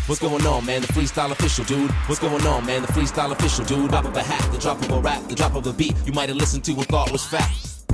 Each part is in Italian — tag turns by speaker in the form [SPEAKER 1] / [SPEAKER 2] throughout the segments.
[SPEAKER 1] What's going on, man? The freestyle official, dude. What's going on, man? The freestyle official, dude. Drop of a hat, the drop of a rap, the drop of a beat you might have listened to and thought was fact.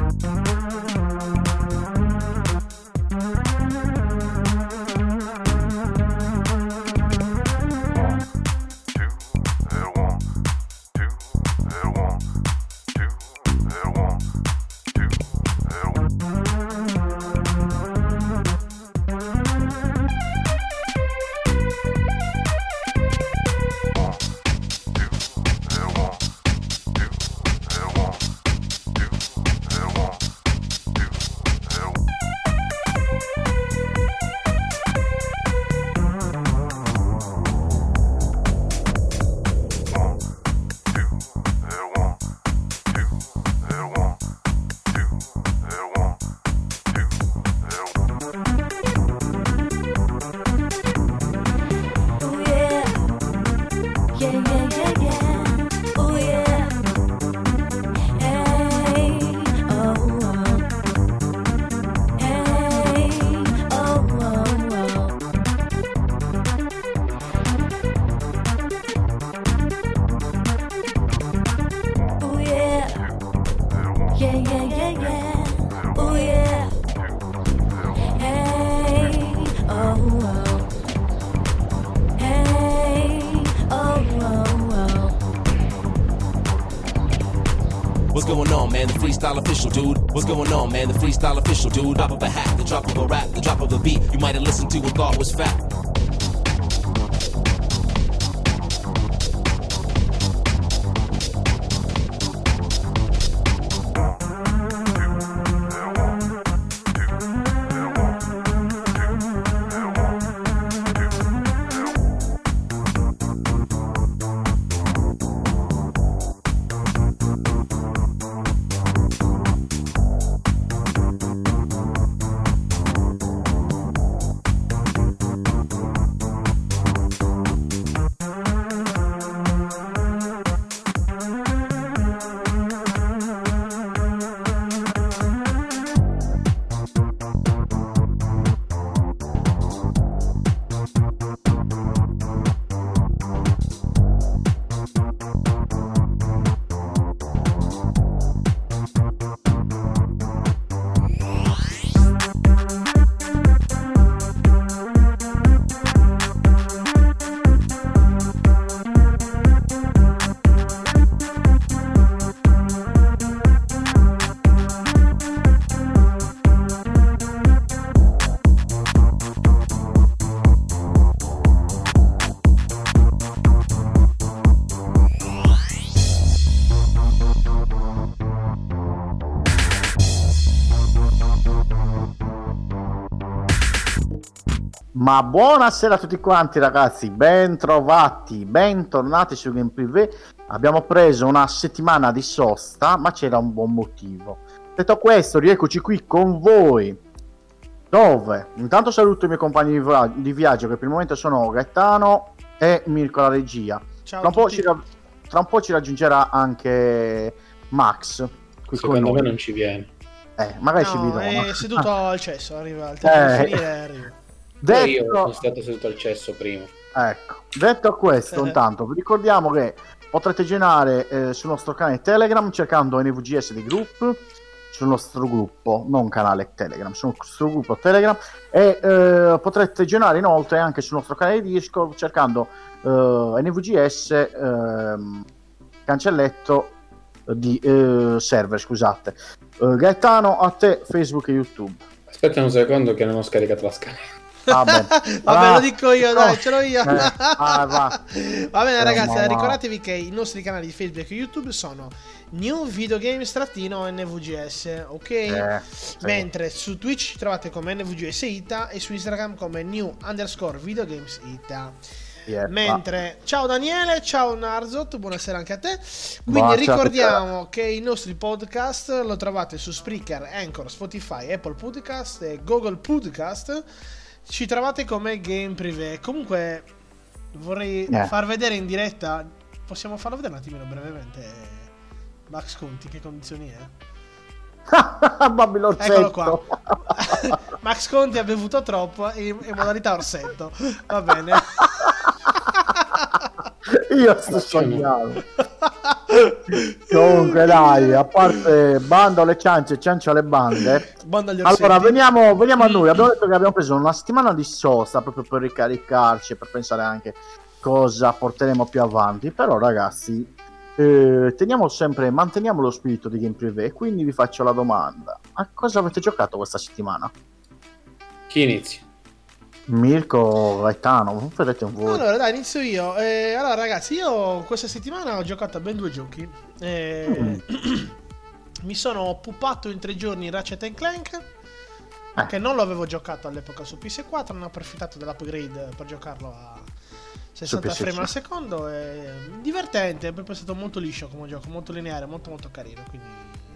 [SPEAKER 1] What's going on, man? The freestyle official, dude. What's going on, man? The freestyle official, dude. Drop of a hat, the drop of a rap, the drop of a beat you might have listened to and thought was fact.
[SPEAKER 2] Ma buonasera a tutti quanti ragazzi, bentrovati, bentornati su Game Privé. Abbiamo preso una settimana di sosta, ma c'era un buon motivo. Detto questo, rieccoci qui con voi. Dove? Intanto saluto i miei compagni di viaggio, che per il momento sono Gaetano e Mirko la regia.
[SPEAKER 3] Ciao
[SPEAKER 2] tra
[SPEAKER 3] a
[SPEAKER 2] un po' ci raggiungerà anche Max. Qui
[SPEAKER 4] secondo me non ci viene.
[SPEAKER 2] Magari ci
[SPEAKER 3] No,
[SPEAKER 2] vedo.
[SPEAKER 3] è seduto al cesso, arriva il tempo di finire e arriva.
[SPEAKER 4] Io sono stato seduto al cesso prima.
[SPEAKER 2] Ecco, detto questo, intanto vi ricordiamo che potrete girare sul nostro canale Telegram cercando NVGS di Group, sul nostro gruppo, non canale Telegram, sul nostro gruppo Telegram, e potrete girare inoltre anche sul nostro canale Discord cercando NVGS cancelletto di server, scusate. Gaetano, a te Facebook e YouTube.
[SPEAKER 4] Aspetta un secondo che non ho scaricato la scala.
[SPEAKER 3] Vabbè, lo dico io, dai, ce l'ho io.
[SPEAKER 2] Va
[SPEAKER 3] bene ragazzi, ricordatevi che i nostri canali di Facebook e YouTube sono New Videogames-NVGS, ok?
[SPEAKER 2] Sì.
[SPEAKER 3] Mentre su Twitch ci trovate come NVGS Ita e su Instagram come New_Videogames Ita. Mentre ciao Daniele, ciao Narzot, buonasera anche a te. Quindi ricordiamo che i nostri podcast lo trovate su Spreaker, Anchor, Spotify, Apple Podcast e Google Podcast. Ci trovate come Game Privé. Comunque vorrei far vedere in diretta. Possiamo farlo vedere un attimino brevemente Max Conti, che condizioni è? Eccolo qua. Max Conti ha bevuto troppo in modalità orsetto. Va bene.
[SPEAKER 2] Io sto sognando. Comunque dai, a parte bando alle ciance, ciance alle bande. Allora veniamo a noi. Abbiamo detto che abbiamo preso una settimana di sosta proprio per ricaricarci, per pensare anche cosa porteremo più avanti. Però ragazzi, manteniamo lo spirito di Game Privé. Quindi vi faccio la domanda: a cosa avete giocato questa settimana?
[SPEAKER 4] Chi inizia?
[SPEAKER 2] Mirko, Gaetano, vedete un voi.
[SPEAKER 3] Allora dai, inizio io. Allora ragazzi, io questa settimana ho giocato a ben 2 giochi. Mi sono pupato in 3 giorni Ratchet & Clank, che non lo avevo giocato all'epoca su PS4, non ho approfittato dell'upgrade per giocarlo a 60 frame al secondo. È divertente, è proprio stato molto liscio come gioco, molto lineare, molto molto carino, quindi...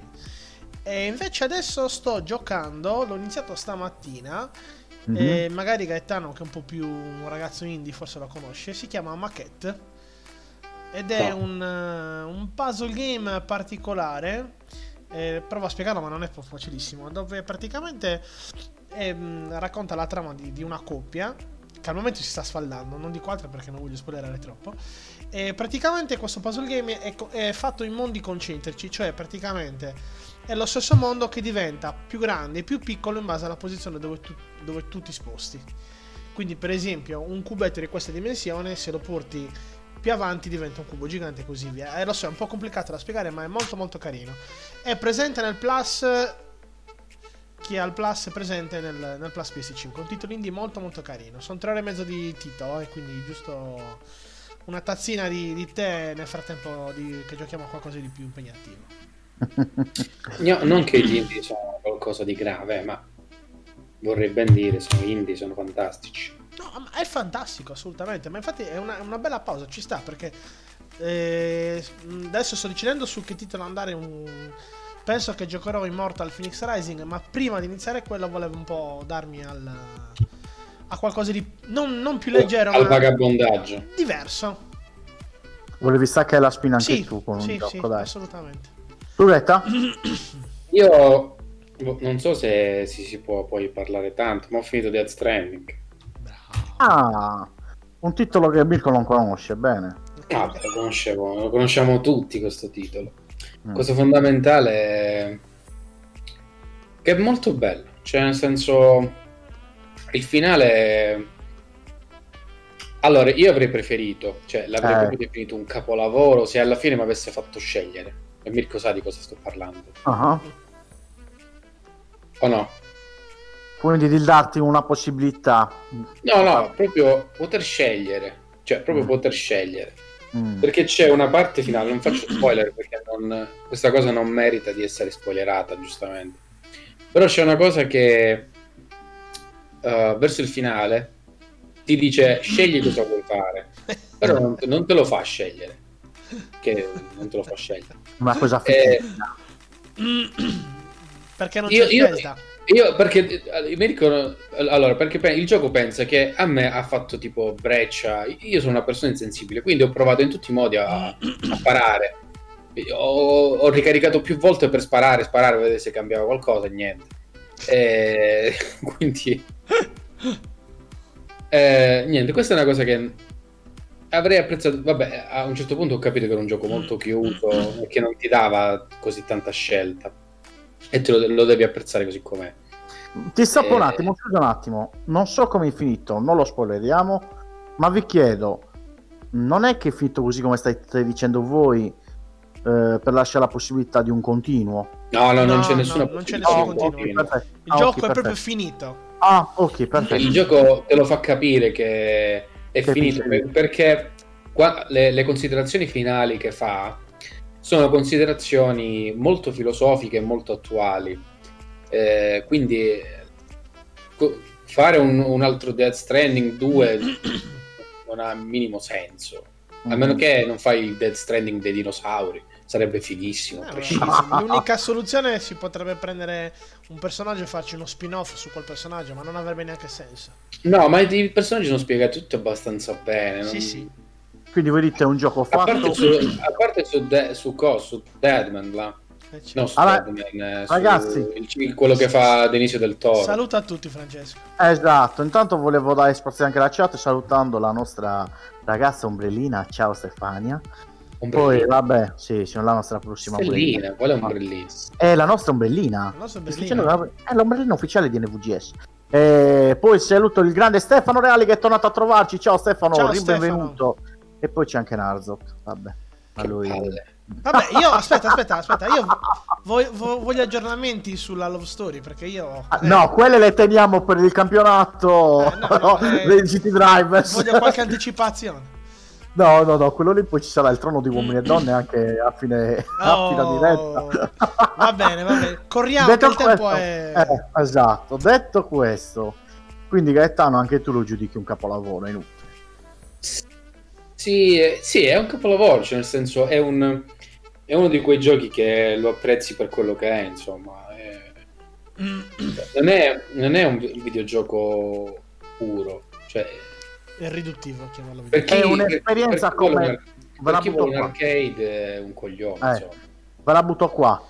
[SPEAKER 3] E invece adesso sto giocando, l'ho iniziato stamattina. Magari Gaetano, che è un po' più un ragazzo indie, forse lo conosce. Si chiama Maquette ed è un puzzle game particolare. Provo a spiegarlo, ma non è facilissimo. Dove praticamente racconta la trama di una coppia che al momento si sta sfaldando. Non dico altro perché non voglio spoilerare troppo. E praticamente questo puzzle game è fatto in mondi concentrici, cioè praticamente è lo stesso mondo che diventa più grande e più piccolo in base alla posizione dove tu ti sposti. Quindi per esempio un cubetto di questa dimensione, se lo porti più avanti diventa un cubo gigante e così via. Lo so, è un po' complicato da spiegare, ma è molto molto carino. È presente nel Plus. Chi ha il Plus è presente nel Plus PS5. Un titolo indie molto molto carino. Sono 3 ore e mezzo di titolo, e quindi giusto una tazzina di tè nel frattempo che giochiamo a qualcosa di più impegnativo.
[SPEAKER 4] No, non che gli indie sono qualcosa di grave, ma vorrei ben dire, sono indie, sono fantastici.
[SPEAKER 3] No, ma è fantastico, assolutamente. Ma infatti è una bella pausa, ci sta, perché adesso sto decidendo su che titolo andare. Penso che giocherò Immortal Phoenix Rising, ma prima di iniziare quello volevo un po' darmi a qualcosa di non più leggero,
[SPEAKER 4] al
[SPEAKER 3] ma
[SPEAKER 4] vagabondaggio
[SPEAKER 3] diverso.
[SPEAKER 2] Volevi staccare la spina anche
[SPEAKER 3] Sì,
[SPEAKER 2] tu con un
[SPEAKER 3] sì,
[SPEAKER 2] gioco, dai.
[SPEAKER 3] Assolutamente.
[SPEAKER 2] Turetta?
[SPEAKER 4] Io non so se si può poi parlare tanto, ma ho finito Death Stranding.
[SPEAKER 2] Ah, un titolo che Mirko non conosce bene.
[SPEAKER 4] Lo conosciamo tutti questo titolo. Questo fondamentale che è molto bello, cioè nel senso il finale. Allora io avrei preferito, cioè l'avrei proprio definito un capolavoro se alla fine mi avesse fatto scegliere. E Mirko sa di cosa sto parlando. O no?
[SPEAKER 2] Quindi di darti una possibilità.
[SPEAKER 4] No, proprio poter scegliere. Cioè, proprio poter scegliere. Perché c'è una parte finale, non faccio spoiler perché questa cosa non merita di essere spoilerata, giustamente. Però c'è una cosa che verso il finale ti dice scegli cosa vuoi fare. Però non te lo fa scegliere. Che non te lo fa scegliere.
[SPEAKER 2] Ma cosa
[SPEAKER 3] perché non c'è scelta?
[SPEAKER 4] Io perché Mirko, allora perché il gioco pensa che a me ha fatto tipo breccia. Io sono una persona insensibile, quindi ho provato in tutti i modi a sparare. Ho ricaricato più volte per sparare, vedere se cambiava qualcosa e niente. Quindi niente, questa è una cosa che avrei apprezzato. Vabbè, a un certo punto ho capito che era un gioco molto chiuso e che non ti dava così tanta scelta. E te lo devi apprezzare così com'è.
[SPEAKER 2] Ti stoppo un attimo, scusa un attimo. Non so come è finito, non lo spoileriamo, ma vi chiedo, non è che è finito così come state dicendo voi, per lasciare la possibilità di un continuo?
[SPEAKER 4] No, non c'è nessuna
[SPEAKER 3] non c'è nessun continuo. Il gioco è proprio finito.
[SPEAKER 2] Ah, ok, perfetto.
[SPEAKER 4] Il gioco te lo fa capire che è finito, perché qua le considerazioni finali che fa sono considerazioni molto filosofiche e molto attuali, quindi fare un altro Death Stranding 2 non ha minimo senso, a meno che non fai il Death Stranding dei dinosauri, sarebbe fighissimo.
[SPEAKER 3] L'unica soluzione si potrebbe prendere un personaggio e farci uno spin-off su quel personaggio, ma non avrebbe neanche senso.
[SPEAKER 4] No, ma i personaggi sono spiegati tutti abbastanza bene.
[SPEAKER 2] Quindi voi dite è un gioco fatto.
[SPEAKER 4] A parte su Deadman là.
[SPEAKER 2] Allora, ragazzi,
[SPEAKER 4] quello che fa Denisio del Toro.
[SPEAKER 3] Saluta a tutti, Francesco.
[SPEAKER 2] Esatto, intanto volevo dare spazio anche alla chat salutando la nostra ragazza Ombrellina. Ciao Stefania. Poi vabbè, sì, la nostra prossima
[SPEAKER 4] Ombrellina. Qual è Ombrellina?
[SPEAKER 2] È la nostra Ombrellina. È l'ombrellina ufficiale di NVGS. Poi saluto il grande Stefano Reali che è tornato a trovarci. Ciao Stefano, benvenuto. E poi c'è anche Narzot. Vabbè, a lui.
[SPEAKER 3] Vabbè, io aspetta, io voglio aggiornamenti sulla Love Story perché io
[SPEAKER 2] no, quelle le teniamo per il campionato dei GT Drivers.
[SPEAKER 3] Voglio qualche anticipazione.
[SPEAKER 2] No, quello lì poi ci sarà il trono di uomini e donne anche a fine diretta.
[SPEAKER 3] Va bene, corriamo, detto il tempo è...
[SPEAKER 2] esatto, detto questo, quindi Gaetano anche tu lo giudichi un capolavoro, è inutile.
[SPEAKER 4] Sì, è un capolavoro, cioè nel senso è uno di quei giochi che lo apprezzi per quello che è, insomma. Non è un videogioco puro, cioè
[SPEAKER 3] è riduttivo chiamarlo
[SPEAKER 2] è un'esperienza come
[SPEAKER 4] per chi vuole un arcade è un coglione, insomma.
[SPEAKER 2] Ve la butto qua.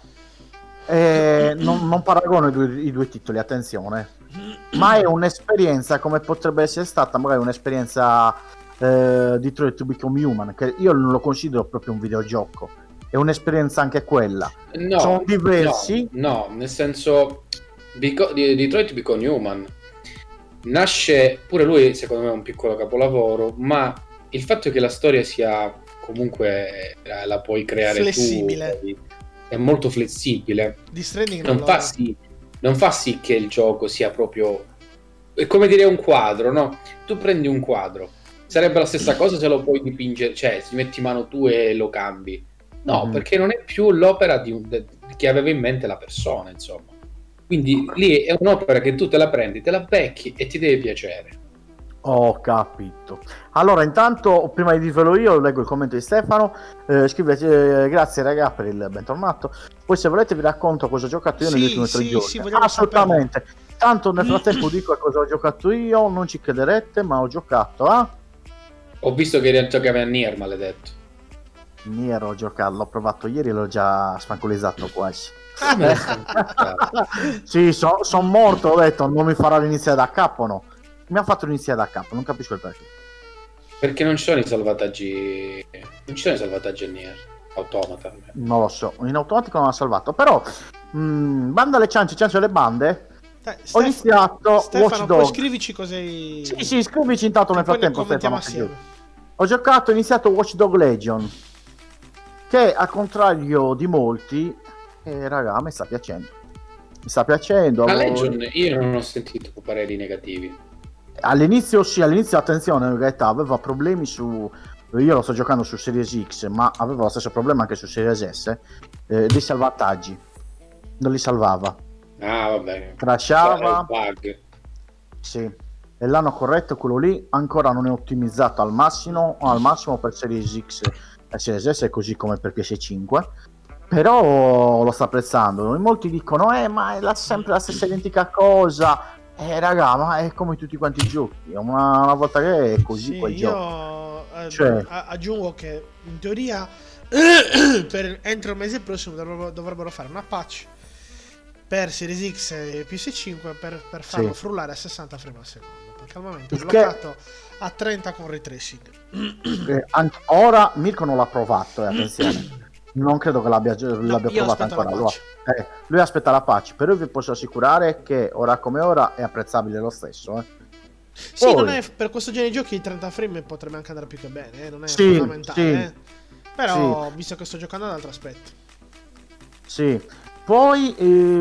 [SPEAKER 2] Non paragono i due titoli, attenzione, ma è un'esperienza come potrebbe essere stata magari un'esperienza Detroit to Become Human, che io non lo considero proprio un videogioco, è un'esperienza anche quella.
[SPEAKER 4] No,
[SPEAKER 2] sono diversi.
[SPEAKER 4] No, nel senso Detroit Become Human nasce pure lui, secondo me è un piccolo capolavoro, ma il fatto che la storia sia comunque la puoi creare
[SPEAKER 3] flessibile,
[SPEAKER 4] tu, è molto flessibile.
[SPEAKER 3] Di Stranding
[SPEAKER 4] non fa sì che il gioco sia proprio, è come dire un quadro, no? Tu prendi un quadro, sarebbe la stessa cosa se lo puoi dipingere, cioè ci metti mano tu e lo cambi. No, perché non è più l'opera che aveva in mente la persona, insomma. Quindi lì è un'opera che tu te la prendi, te la becchi e ti deve piacere.
[SPEAKER 2] Ho capito. Allora, intanto, prima di dirvelo io, leggo il commento di Stefano. Scrive: grazie raga per il bentornato. Poi se volete vi racconto cosa ho giocato io negli ultimi 3 giorni. Assolutamente. Tanto nel frattempo dico cosa ho giocato io, non ci crederete, ma ho giocato a...
[SPEAKER 4] Ho visto che giocavi a Nier, maledetto.
[SPEAKER 2] Nier ho giocato, l'ho provato ieri e l'ho già sfancolizzato quasi. Sì, sono morto, ho detto non mi farà l'iniziare da capo, no? Mi ha fatto l'iniziare da capo, non capisco il perché.
[SPEAKER 4] Perché non ci sono i salvataggi. Non ci sono i salvataggi a Nier Automata.
[SPEAKER 2] Non lo so, in automatico non ha salvato. Però banda le ciance le bande. Ho iniziato
[SPEAKER 3] Stefano,
[SPEAKER 2] Watch Dogs.
[SPEAKER 3] Poi scrivici cos'hai.
[SPEAKER 2] Sì, scrivici intanto nel frattempo, Stefano. Ho giocato, ho iniziato Watch Dogs Legion, che al contrario di molti, raga, a me sta piacendo. Mi sta piacendo.
[SPEAKER 4] Ma Legion io non ho sentito pareri negativi.
[SPEAKER 2] All'inizio attenzione, Gaeta aveva problemi su... Io lo sto giocando su Series X, ma aveva lo stesso problema anche su Series S, dei salvataggi. Non li salvava.
[SPEAKER 4] Ah, vabbè.
[SPEAKER 2] Crashava.
[SPEAKER 4] Bug.
[SPEAKER 2] Sì. E l'hanno corretto quello lì, ancora non è ottimizzato al massimo per Series X e Series S, così come per PS5. Però lo sto apprezzando. In molti dicono ma è sempre la stessa identica cosa. Raga, ma è come tutti quanti i giochi. Una volta che è così,
[SPEAKER 3] sì,
[SPEAKER 2] quel
[SPEAKER 3] gioco. Aggiungo che in teoria entro il mese prossimo dovrebbero fare una patch per Series X e PS5 per farlo frullare a 60 frame al secondo. Perché al momento è bloccato a 30 con ray tracing.
[SPEAKER 2] Ora Mirko non l'ha provato, attenzione. Non credo che l'abbia provato ancora. Lui aspetta la patch, però vi posso assicurare che ora come ora è apprezzabile lo stesso.
[SPEAKER 3] Sì, poi, non è, per questo genere di giochi i 30 frame potrebbe anche andare più che bene, non è fondamentale. Però visto che sto giocando ad altro aspetto. Sì.
[SPEAKER 2] Poi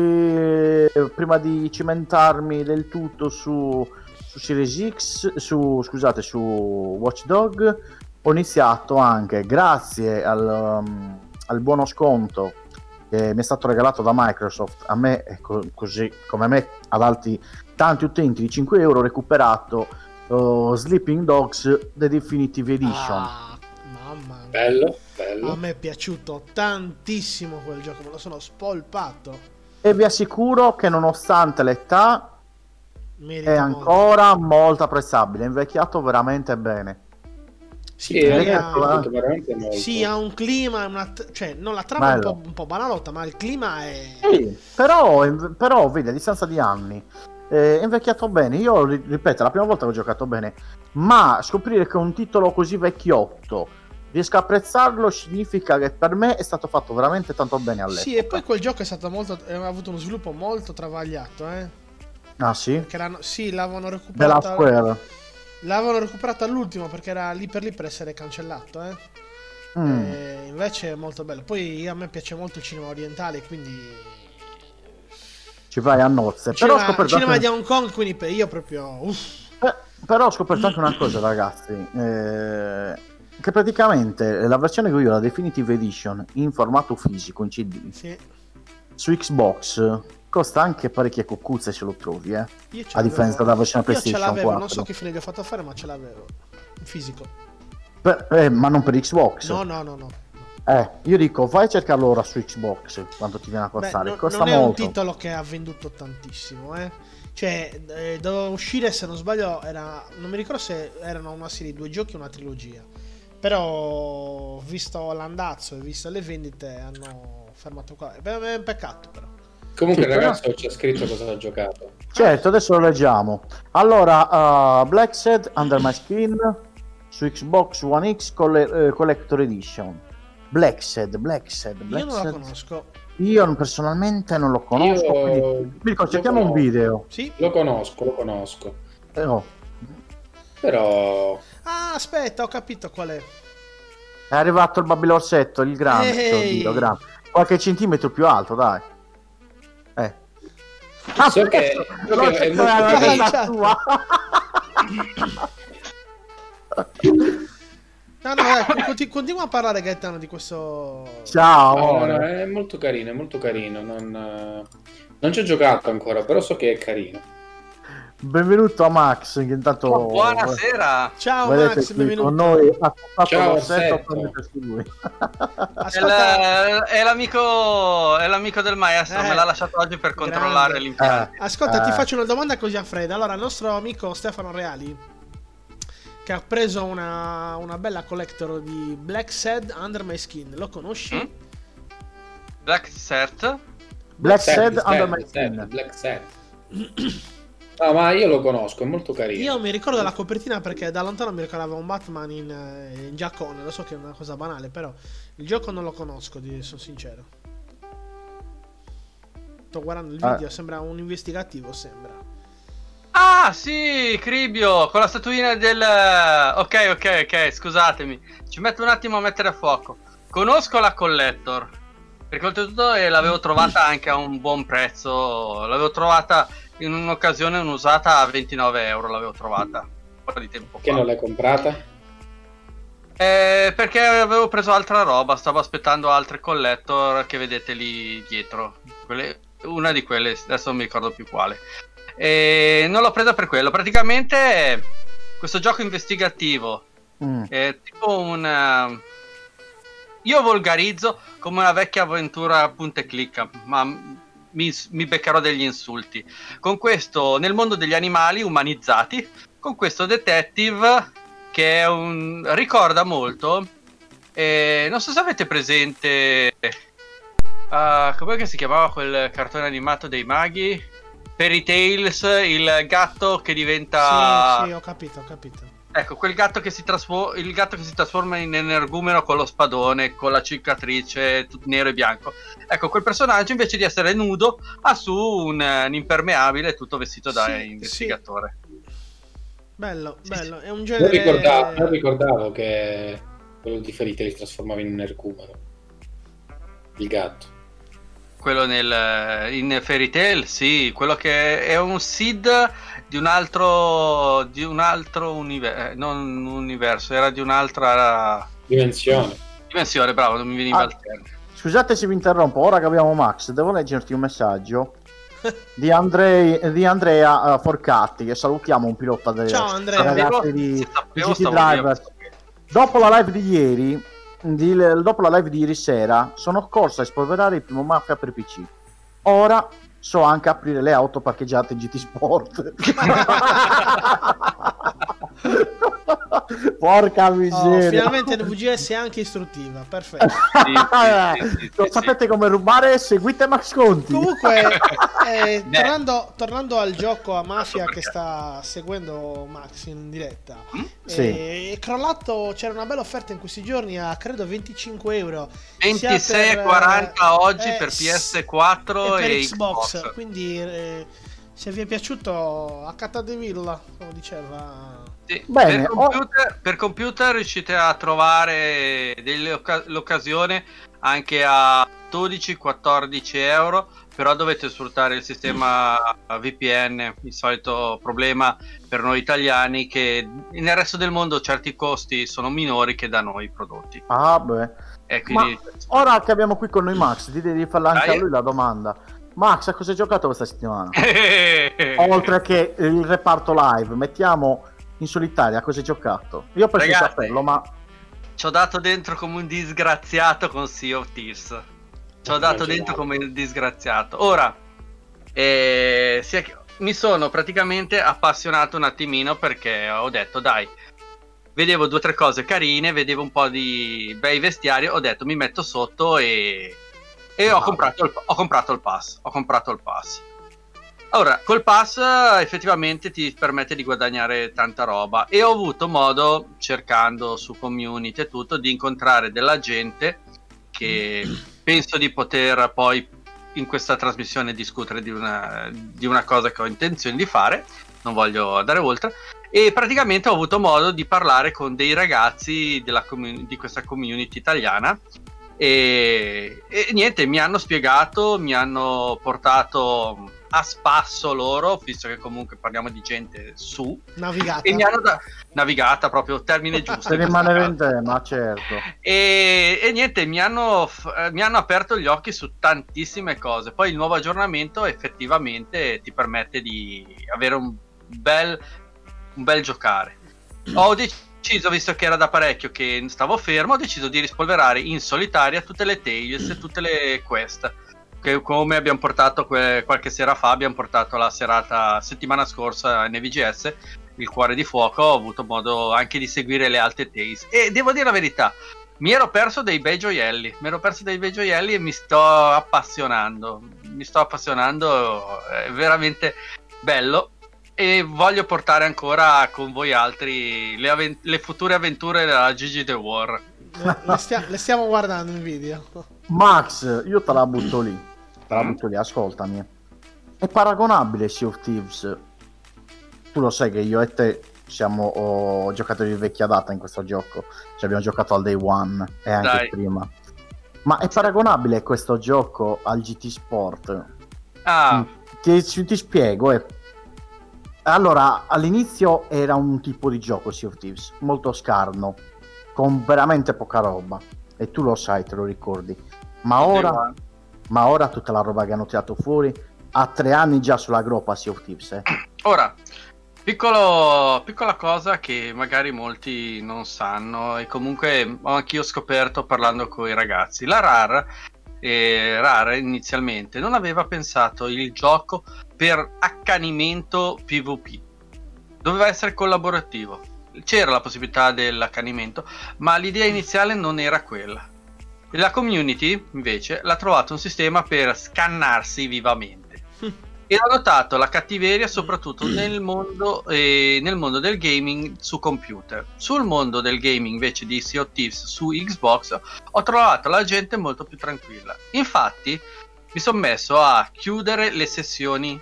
[SPEAKER 2] prima di cimentarmi del tutto su Series X, su Watch Dogs, ho iniziato anche grazie al buono sconto che mi è stato regalato da Microsoft a me, così come a me, ad altri tanti utenti, di 5 euro, recuperato Sleeping Dogs The Definitive Edition.
[SPEAKER 3] Mamma mia.
[SPEAKER 4] Bello.
[SPEAKER 3] A me è piaciuto tantissimo quel gioco, me lo sono spolpato.
[SPEAKER 2] E vi assicuro che nonostante l'età è ancora molto apprezzabile, è invecchiato veramente bene.
[SPEAKER 3] Sì, ha un clima, cioè non la trama è un po' banalotta, ma il clima è...
[SPEAKER 2] Sì, però vedi, a distanza di anni è invecchiato bene. Io ripeto, è la prima volta che ho giocato bene, ma scoprire che un titolo così vecchiotto riesco a apprezzarlo significa che per me è stato fatto veramente tanto bene all'epoca.
[SPEAKER 3] Sì, e poi quel gioco è stato ha avuto uno sviluppo molto travagliato,
[SPEAKER 2] Ah sì?
[SPEAKER 3] Sì, l'avevano recuperato
[SPEAKER 2] della Square.
[SPEAKER 3] L'avevano recuperato all'ultimo perché era lì per essere cancellato, invece è molto bello. Poi a me piace molto il cinema orientale, quindi
[SPEAKER 2] ci vai a nozze.
[SPEAKER 3] Il cinema di Hong Kong, quindi io proprio
[SPEAKER 2] però ho scoperto anche una cosa, ragazzi, che praticamente la versione che io ho, la Definitive Edition in formato fisico, in CD,
[SPEAKER 3] sì,
[SPEAKER 2] su Xbox costa anche parecchie cuccuzze se lo trovi, a differenza della versione PlayStation 4.
[SPEAKER 3] Non so che fine gli ho fatto fare, ma ce l'avevo in fisico.
[SPEAKER 2] Ma non per Xbox?
[SPEAKER 3] No.
[SPEAKER 2] Io dico, vai a cercarlo ora su Xbox, quanto ti viene a costare. Costa
[SPEAKER 3] non è
[SPEAKER 2] molto.
[SPEAKER 3] un titolo che ha venduto tantissimo, Cioè, doveva uscire, se non sbaglio, non mi ricordo se erano una serie di 2 giochi o una trilogia. Però, visto l'andazzo e visto le vendite, hanno fermato qua. È un peccato, però.
[SPEAKER 4] Comunque il ragazzo c'è scritto cosa ha giocato.
[SPEAKER 2] Certo, adesso lo leggiamo. Allora, Black Sad Under My Skin su Xbox One X Collector Edition. Black Sad.
[SPEAKER 3] Io non lo conosco.
[SPEAKER 2] Io personalmente non lo conosco. Mirko, cerchiamo un video.
[SPEAKER 3] Sì?
[SPEAKER 4] Lo conosco. Però...
[SPEAKER 3] Ah, aspetta, ho capito qual è.
[SPEAKER 2] È arrivato il Babilorsetto, il grande. Oddio, grande. Qualche centimetro più alto, dai.
[SPEAKER 4] So che è molto
[SPEAKER 3] No, dai, continua a parlare, Gaetano, di questo.
[SPEAKER 2] Ciao.
[SPEAKER 4] No, è molto carino, Non ci ho giocato ancora, però so che è carino.
[SPEAKER 2] Benvenuto a Max, che intanto
[SPEAKER 5] buonasera.
[SPEAKER 3] Ciao Max, benvenuto
[SPEAKER 2] con noi.
[SPEAKER 4] Ciao,
[SPEAKER 5] è l'amico del maestro, me l'ha lasciato oggi per controllare l'impianto.
[SPEAKER 3] Ascolta, ti faccio una domanda così a fredda. Allora, il nostro amico Stefano Reali, che ha preso una bella collector di Black Sad Under My Skin, lo conosci?
[SPEAKER 5] Black Sad
[SPEAKER 2] Under My Skin.
[SPEAKER 4] Black Sad. No, ma io lo conosco, è molto carino.
[SPEAKER 3] Io mi ricordo la copertina perché da lontano mi ricordava un Batman in giaccone. Lo so che è una cosa banale, però il gioco non lo conosco, sono sincero. Sto guardando il video, sembra un investigativo, sembra.
[SPEAKER 5] Ah, sì, Cribio, con la statuina del... Ok, scusatemi. Ci metto un attimo a mettere a fuoco. Conosco la collector, perché oltretutto l'avevo trovata anche a un buon prezzo. L'avevo trovata... in un'occasione un'usata a 29 euro, l'avevo trovata un po' di tempo fa.
[SPEAKER 4] Che non l'hai comprata?
[SPEAKER 5] Perché avevo preso altra roba, stavo aspettando altre collector che vedete lì dietro. Una di quelle, adesso non mi ricordo più quale. E non l'ho presa per quello. Praticamente questo gioco investigativo è tipo io volgarizzo come una vecchia avventura punta e clicca, ma mi beccherò degli insulti. Con questo, nel mondo degli animali umanizzati, con questo detective che ricorda molto, non so se avete presente com'è che si chiamava quel cartone animato dei maghi? Fairy Tales, il gatto che diventa...
[SPEAKER 3] Sì, ho capito.
[SPEAKER 5] Ecco, quel gatto che si trasforma in energumeno con lo spadone, con la cicatrice, tutto nero e bianco. Ecco, quel personaggio invece di essere nudo ha su un impermeabile tutto vestito da investigatore.
[SPEAKER 3] Sì. Bello, è un genere...
[SPEAKER 4] Non ricordavo che quello di Fairy Tail si trasformava in un energumeno. Il gatto.
[SPEAKER 5] Quello in Fairy Tail, sì, quello che è un Sid di un altro universo, non universo, era di un'altra
[SPEAKER 4] dimensione,
[SPEAKER 5] bravo, non mi veniva il termine.
[SPEAKER 2] Scusate se vi interrompo, ora che abbiamo Max, devo leggerti un messaggio di Andrea Forcatti, che salutiamo, un pilota dei ragazzi di GT Drivers. Dopo la live di ieri sera sono corso a spolverare il primo Mafia per PC. Ora so anche aprire le auto parcheggiate in GT Sport. Porca miseria.
[SPEAKER 3] Finalmente NVGS è anche istruttiva, perfetto.
[SPEAKER 2] Sapete come rubare? Seguite Max Conti.
[SPEAKER 3] Comunque, tornando al gioco a Mafia che sta seguendo Max in diretta, è crollato, c'era una bella offerta in questi giorni a credo 25 euro.
[SPEAKER 5] 26,40 oggi per PS4
[SPEAKER 3] e per
[SPEAKER 5] Xbox.
[SPEAKER 3] Quindi se vi è piaciuto accatatevela, come diceva.
[SPEAKER 5] Sì. Per computer riuscite a trovare l'occasione anche a 12-14 euro, però dovete sfruttare il sistema VPN, il solito problema per noi italiani, che nel resto del mondo certi costi sono minori che da noi prodotti.
[SPEAKER 2] Quindi... Ma ora che abbiamo qui con noi Max, dite di farla anche a lui la domanda. Max, a cosa hai giocato questa settimana? Oltre che il reparto live, mettiamo in solitaria, a cosa hai giocato? Io ho preso il cappello, ma
[SPEAKER 5] ci ho dato dentro come un disgraziato con Sea of Thieves. Ora mi sono praticamente appassionato un attimino, perché ho detto dai, vedevo 2 o 3 cose carine, vedevo un po' di bei vestiari, ho detto mi metto sotto e ho comprato il pass. Ora, col pass effettivamente ti permette di guadagnare tanta roba, e ho avuto modo, cercando su community e tutto, di incontrare della gente che penso di poter poi in questa trasmissione discutere di una cosa che ho intenzione di fare, non voglio andare oltre, e praticamente ho avuto modo di parlare con dei ragazzi di questa community italiana. E niente, mi hanno spiegato, mi hanno portato a spasso loro, visto che comunque parliamo di gente
[SPEAKER 3] navigata,
[SPEAKER 5] e mi hanno navigata, proprio termine giusto,
[SPEAKER 2] per rimanere in tema, certo.
[SPEAKER 5] E niente, mi hanno aperto gli occhi su tantissime cose. Poi il nuovo aggiornamento effettivamente ti permette di avere un bel giocare. Ho deciso, visto che era da parecchio che stavo fermo, ho deciso di rispolverare in solitaria tutte le Tales e tutte le quest, che come abbiamo portato qualche sera fa, abbiamo portato la serata settimana scorsa in NVGS, il cuore di fuoco. Ho avuto modo anche di seguire le altre Tales, e devo dire la verità, mi ero perso dei bei gioielli e mi sto appassionando, è veramente bello. E voglio portare ancora con voi altri le future avventure della Gigi The War.
[SPEAKER 3] Le stiamo guardando in video.
[SPEAKER 2] Max, io te la butto lì, ascoltami. È paragonabile Sea of Thieves? Tu lo sai che io e te siamo giocatori di vecchia data in questo gioco, ci abbiamo giocato al day one e anche prima. Ma è paragonabile questo gioco al GT Sport? Ti spiego, Allora, all'inizio era un tipo di gioco Sea of Thieves, molto scarno, con veramente poca roba, e tu lo sai, te lo ricordi. Ma ora tutta la roba che hanno tirato fuori, ha 3 anni già sulla groppa Sea of Thieves.
[SPEAKER 5] Ora, piccola cosa che magari molti non sanno, e comunque ho anch'io scoperto parlando con i ragazzi. La Rare inizialmente non aveva pensato il gioco per accanimento PvP, doveva essere collaborativo, c'era la possibilità dell'accanimento, ma l'idea iniziale non era quella. La community invece l'ha trovato un sistema per scannarsi vivamente e ha notato la cattiveria soprattutto nel mondo del gaming su computer. Sul mondo del gaming invece di Sea of Thieves su Xbox ho trovato la gente molto più tranquilla. Infatti mi sono messo a chiudere le sessioni.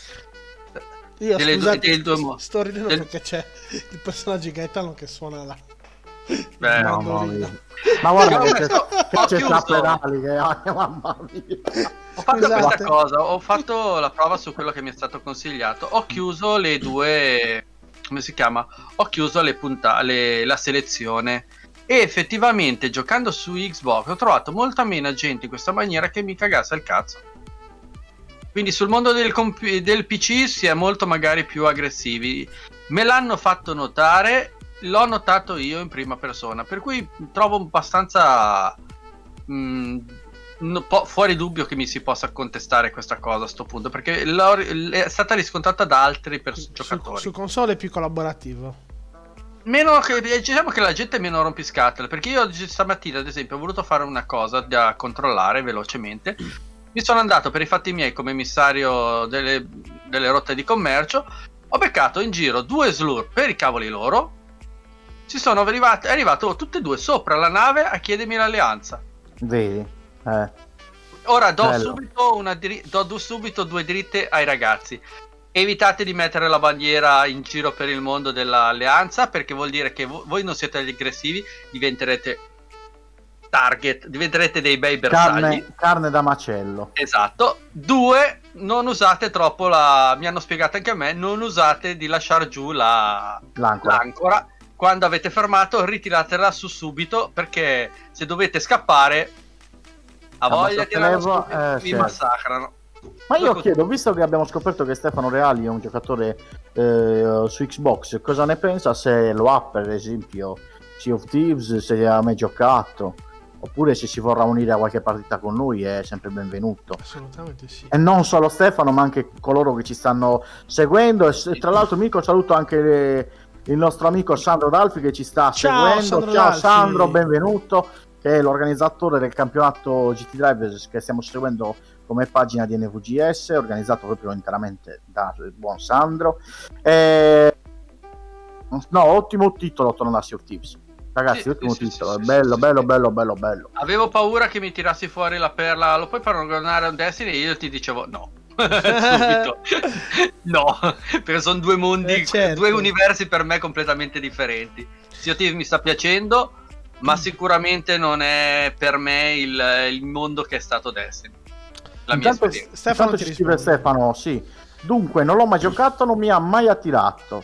[SPEAKER 3] Sto ridendo perché c'è il personaggio Gaetano che suona là.
[SPEAKER 2] Ma guarda che c'è sta pedali che mamma mia.
[SPEAKER 5] Ho fatto questa cosa, ho fatto la prova su quello che mi è stato consigliato. Ho chiuso le 2, come si chiama? Ho chiuso la selezione, e effettivamente giocando su Xbox ho trovato molta meno gente in questa maniera che mi cagasse il cazzo. Quindi sul mondo del PC si è molto magari più aggressivi. Me l'hanno fatto notare, l'ho notato io in prima persona, per cui trovo abbastanza fuori dubbio che mi si possa contestare questa cosa a sto punto, perché è stata riscontrata da altri giocatori.
[SPEAKER 3] Su console è più collaborativo.
[SPEAKER 5] meno che, diciamo che la gente è meno rompiscatole, perché io stamattina ad esempio ho voluto fare una cosa da controllare velocemente, mi sono andato per i fatti miei come emissario delle rotte di commercio, ho beccato in giro 2 slur per i cavoli loro, è arrivato tutte e 2 sopra la nave a chiedermi l'alleanza.
[SPEAKER 2] Vedi?
[SPEAKER 5] Ora do subito 2 dritte ai ragazzi. Evitate di mettere la bandiera in giro per il mondo dell'alleanza, perché vuol dire che voi non siete aggressivi, diventerete target, diventerete dei bei bersagli.
[SPEAKER 2] Carne da macello.
[SPEAKER 5] Esatto. 2, non usate troppo mi hanno spiegato anche a me, non usate di lasciare giù l'ancora. Quando avete fermato, ritiratela su subito, perché se dovete scappare, a voglia di vi massacrano.
[SPEAKER 2] Ma io chiedo, visto che abbiamo scoperto che Stefano Reali è un giocatore su Xbox, cosa ne pensa se lo ha, per esempio, Sea of Thieves, se ha mai giocato, oppure se si vorrà unire a qualche partita con lui è sempre benvenuto.
[SPEAKER 3] Assolutamente sì.
[SPEAKER 2] E non solo Stefano, ma anche coloro che ci stanno seguendo. E tra l'altro, Mico, saluto anche il nostro amico Sandro Dalfi che ci sta seguendo. Ciao Sandro, benvenuto, che è l'organizzatore del campionato GT Drivers che stiamo seguendo come pagina di NVGS, organizzato proprio interamente dal buon Sandro. Ottimo titolo torna a Sea of Thieves. Ragazzi, ottimo titolo, bello.
[SPEAKER 5] Avevo paura che mi tirassi fuori la perla, lo puoi paragonare a un Destiny? E io ti dicevo no. Subito. No, perché sono 2 mondi, certo. 2 universi per me completamente differenti. Sea of Thieves mi sta piacendo, ma sicuramente non è per me il mondo che è stato Destiny. La mia esperienza.
[SPEAKER 2] Stefano ci scrive Stefano, sì. Dunque, non l'ho mai giocato, non mi ha mai attirato.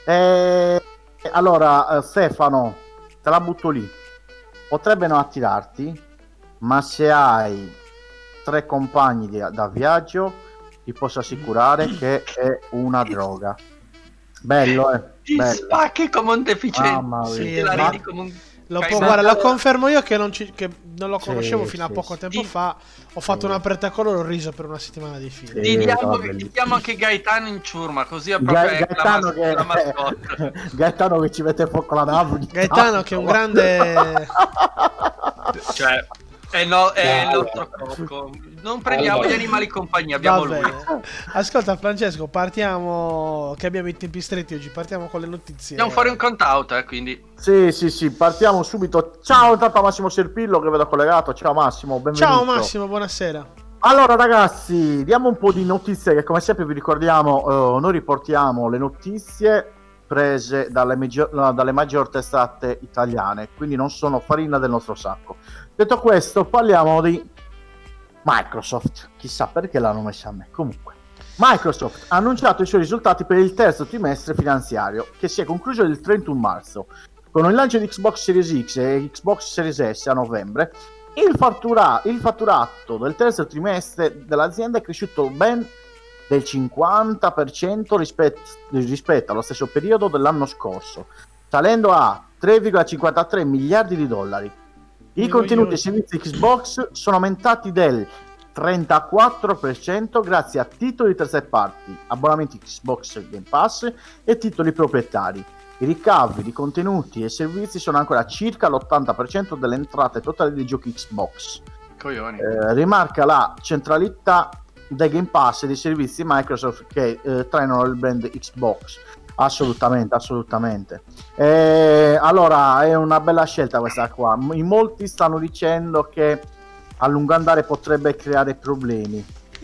[SPEAKER 2] Allora, Stefano, te la butto lì. Potrebbe non attirarti, ma se hai 3 compagni da viaggio, ti posso assicurare che è una droga. Bello,
[SPEAKER 5] ti spacchi come un deficiente.
[SPEAKER 2] Mamma mia.
[SPEAKER 3] Sì,
[SPEAKER 5] la ridi come un...
[SPEAKER 3] Guarda, lo confermo io che non lo conoscevo fino a poco tempo fa. Ho fatto una pretacolo e l'ho riso per una settimana di fila.
[SPEAKER 5] Diamo anche Gaetano in ciurma, così è proprio la mascotte.
[SPEAKER 2] Gaetano che ci mette fuoco la nave.
[SPEAKER 3] Gaetano che è un grande...
[SPEAKER 5] cioè... è il nostro cocco. Non prendiamo gli animali compagnia, abbiamo lui.
[SPEAKER 3] Ascolta Francesco, partiamo, che abbiamo i tempi stretti oggi, partiamo con le notizie.
[SPEAKER 5] Andiamo fuori un count out, quindi.
[SPEAKER 2] Sì, partiamo subito. Ciao intanto a Massimo Serpillo che vedo collegato. Ciao Massimo, benvenuto.
[SPEAKER 3] Ciao Massimo, buonasera.
[SPEAKER 2] Allora ragazzi, diamo un po' di notizie che come sempre vi ricordiamo, noi riportiamo le notizie prese dalle maggior testate italiane, quindi non sono farina del nostro sacco. Detto questo, parliamo di Microsoft. Chissà perché l'hanno messa a me. Comunque, Microsoft ha annunciato i suoi risultati per il terzo trimestre finanziario, che si è concluso il 31 marzo. Con il lancio di Xbox Series X e Xbox Series S a novembre, il fatturato del terzo trimestre dell'azienda è cresciuto ben del 50% rispetto allo stesso periodo dell'anno scorso, salendo a 3,53 miliardi di dollari. I contenuti e servizi Xbox sono aumentati del 34% grazie a titoli di terze parti, abbonamenti Xbox Game Pass e titoli proprietari. I ricavi di contenuti e servizi sono ancora circa l'80% delle entrate totali dei giochi Xbox. Rimarca la centralità dei Game Pass e dei servizi Microsoft che trainano il brand Xbox. Assolutamente. Allora è una bella scelta questa qua. In molti stanno dicendo che a lungo andare potrebbe creare problemi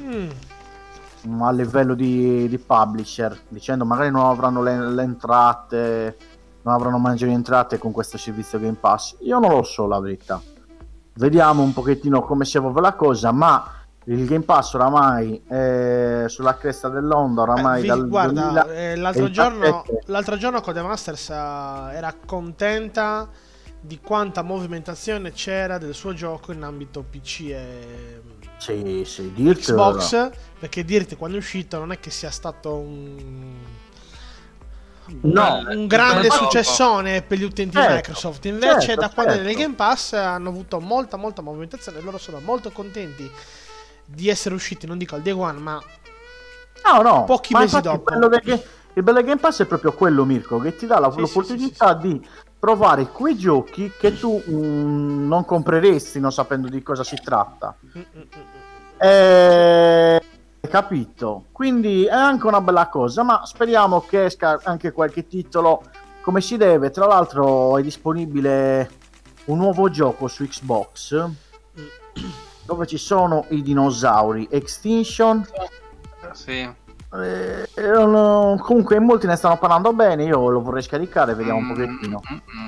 [SPEAKER 2] a livello di publisher, dicendo magari non avranno le entrate, non avranno maggiori entrate con questo servizio Game Pass. Io non lo so la verità, vediamo un pochettino come si evolve la cosa, ma il Game Pass oramai è sulla cresta dell'onda oramai
[SPEAKER 3] guarda, l'altro giorno Codemasters era contenta di quanta movimentazione c'era del suo gioco in ambito PC e
[SPEAKER 2] Dirt,
[SPEAKER 3] Xbox, perché Dirt quando è uscito non è che sia stato un grande successone per gli utenti di Microsoft, invece da quando nel Game Pass hanno avuto molta movimentazione e loro sono molto contenti di essere usciti, non dico al day one, ma pochi mesi dopo.
[SPEAKER 2] Il bello Game Pass è proprio quello, Mirko, che ti dà l'opportunità di provare quei giochi che tu non compreresti non sapendo di cosa si tratta. Capito? Quindi è anche una bella cosa, ma speriamo che esca anche qualche titolo come si deve. Tra l'altro è disponibile un nuovo gioco su Xbox dove ci sono i dinosauri, Extinction.
[SPEAKER 5] Sì.
[SPEAKER 2] Comunque in molti ne stanno parlando bene, io lo vorrei scaricare, vediamo un pochettino.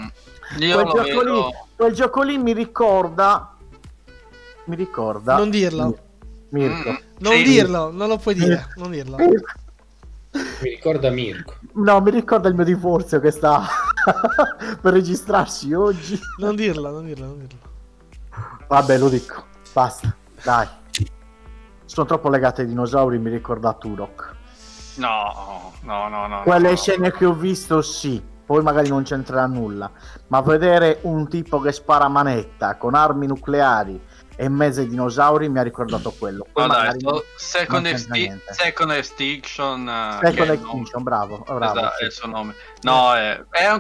[SPEAKER 2] Quel gioco lì mi ricorda
[SPEAKER 3] non dirlo,
[SPEAKER 2] Mirko.
[SPEAKER 3] non dirlo, non lo puoi dire, non dirlo.
[SPEAKER 4] Mi ricorda Mirko.
[SPEAKER 2] No, mi ricorda il mio divorzio che sta per registrarsi oggi.
[SPEAKER 3] Non dirlo.
[SPEAKER 2] Vabbè, lo dico, basta, dai. Sono troppo legato ai dinosauri, mi ricorda Turok.
[SPEAKER 5] No.
[SPEAKER 2] Quelle scene che ho visto, sì. Poi magari non c'entrerà nulla. Ma vedere un tipo che spara manetta con armi nucleari e in mezzo ai dinosauri mi ha ricordato quello. Poi
[SPEAKER 5] Second Extinction.
[SPEAKER 2] Bravo.
[SPEAKER 5] Esatto,
[SPEAKER 2] sì.
[SPEAKER 5] è il suo nome. No, è un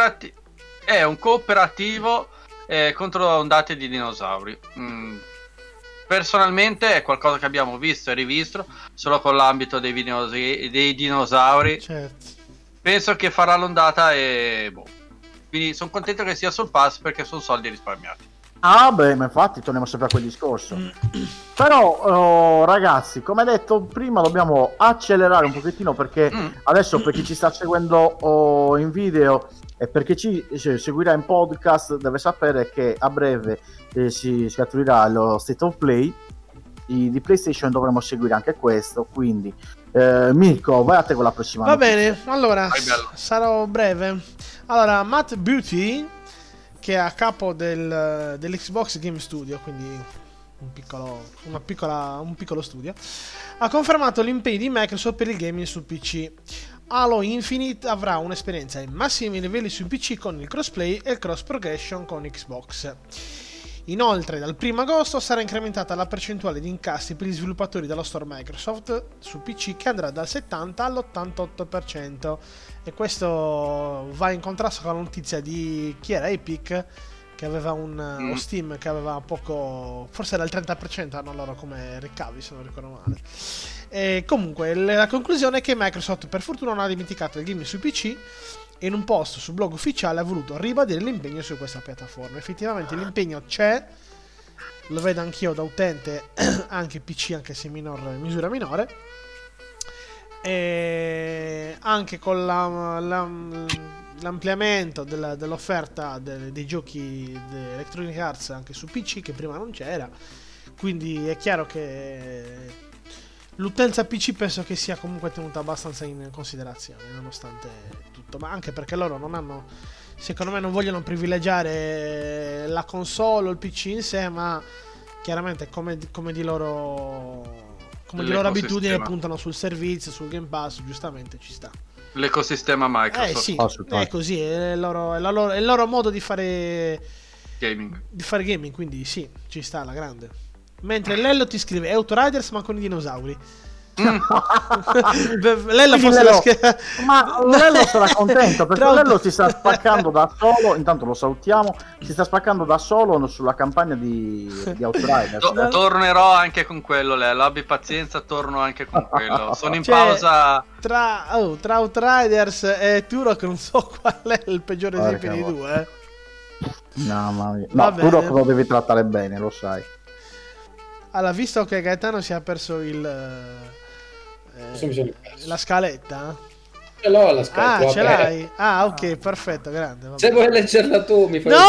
[SPEAKER 5] cooperativo contro ondate di dinosauri. Personalmente è qualcosa che abbiamo visto e rivisto solo con l'ambito dei dinosauri.
[SPEAKER 3] Certo.
[SPEAKER 5] Penso che farà l'ondata e quindi sono contento che sia sul pass perché sono soldi risparmiati.
[SPEAKER 2] Ah beh, ma infatti torniamo sempre a quel discorso. Però ragazzi, come detto prima, dobbiamo accelerare un pochettino perché adesso, per chi ci sta seguendo in video e per chi ci seguirà in podcast, deve sapere che a breve si scaturirà lo State of Play di PlayStation, dovremo seguire anche questo, quindi Mirko, vai a te con la prossima
[SPEAKER 3] notizia.
[SPEAKER 2] Bene,
[SPEAKER 3] allora sarò breve. Allora, Matt Booty, che è a capo dell'Xbox Game Studio, quindi un piccolo studio, ha confermato l'impegno di Microsoft per il gaming su PC. Halo Infinite avrà un'esperienza ai massimi livelli su PC con il crossplay e il cross progression con Xbox. Inoltre, dal 1 agosto sarà incrementata la percentuale di incassi per gli sviluppatori dello store Microsoft su PC, che andrà dal 70 all'88%. E questo va in contrasto con la notizia di chi era Epic, che aveva o Steam, che aveva poco, forse era il 30% hanno loro come ricavi, se non ricordo male. E comunque la conclusione è che Microsoft per fortuna non ha dimenticato il gaming su PC, e in un post sul blog ufficiale ha voluto ribadire l'impegno su questa piattaforma. Effettivamente l'impegno c'è, lo vedo anch'io da utente, anche PC, anche se in misura minore, e anche con l'ampliamento dell'offerta dei giochi di Electronic Arts anche su PC, che prima non c'era. Quindi è chiaro che l'utenza PC penso che sia comunque tenuta abbastanza in considerazione, nonostante tutto, ma anche perché loro non hanno, secondo me, non vogliono privilegiare la console o il PC in sé, ma chiaramente come di loro abitudine puntano sul servizio, sul Game Pass, giustamente ci sta.
[SPEAKER 5] L'ecosistema Microsoft.
[SPEAKER 3] Sì, è così, è il loro modo di fare gaming, quindi sì, ci sta alla grande. Mentre Lello ti scrive Autoriders ma con i dinosauri. Lello forse
[SPEAKER 2] ma Lello sarà contento perché Lello si sta spaccando da solo. Intanto lo salutiamo. Si sta spaccando da solo sulla campagna di Outriders.
[SPEAKER 5] Tornerò anche con quello, Lello. Abbi pazienza, torno anche con quello. Sono in pausa.
[SPEAKER 3] Tra Outriders e Turok non so qual è il peggiore esempio dei due.
[SPEAKER 2] No, Turok lo devi trattare bene, lo sai.
[SPEAKER 3] Allora, visto che Gaetano si è perso la scaletta?
[SPEAKER 4] Ce l'ho la scaletta.
[SPEAKER 3] Ce l'hai? Ok, perfetto, grande.
[SPEAKER 4] Se vuoi leggerla tu, mi fai.
[SPEAKER 3] No!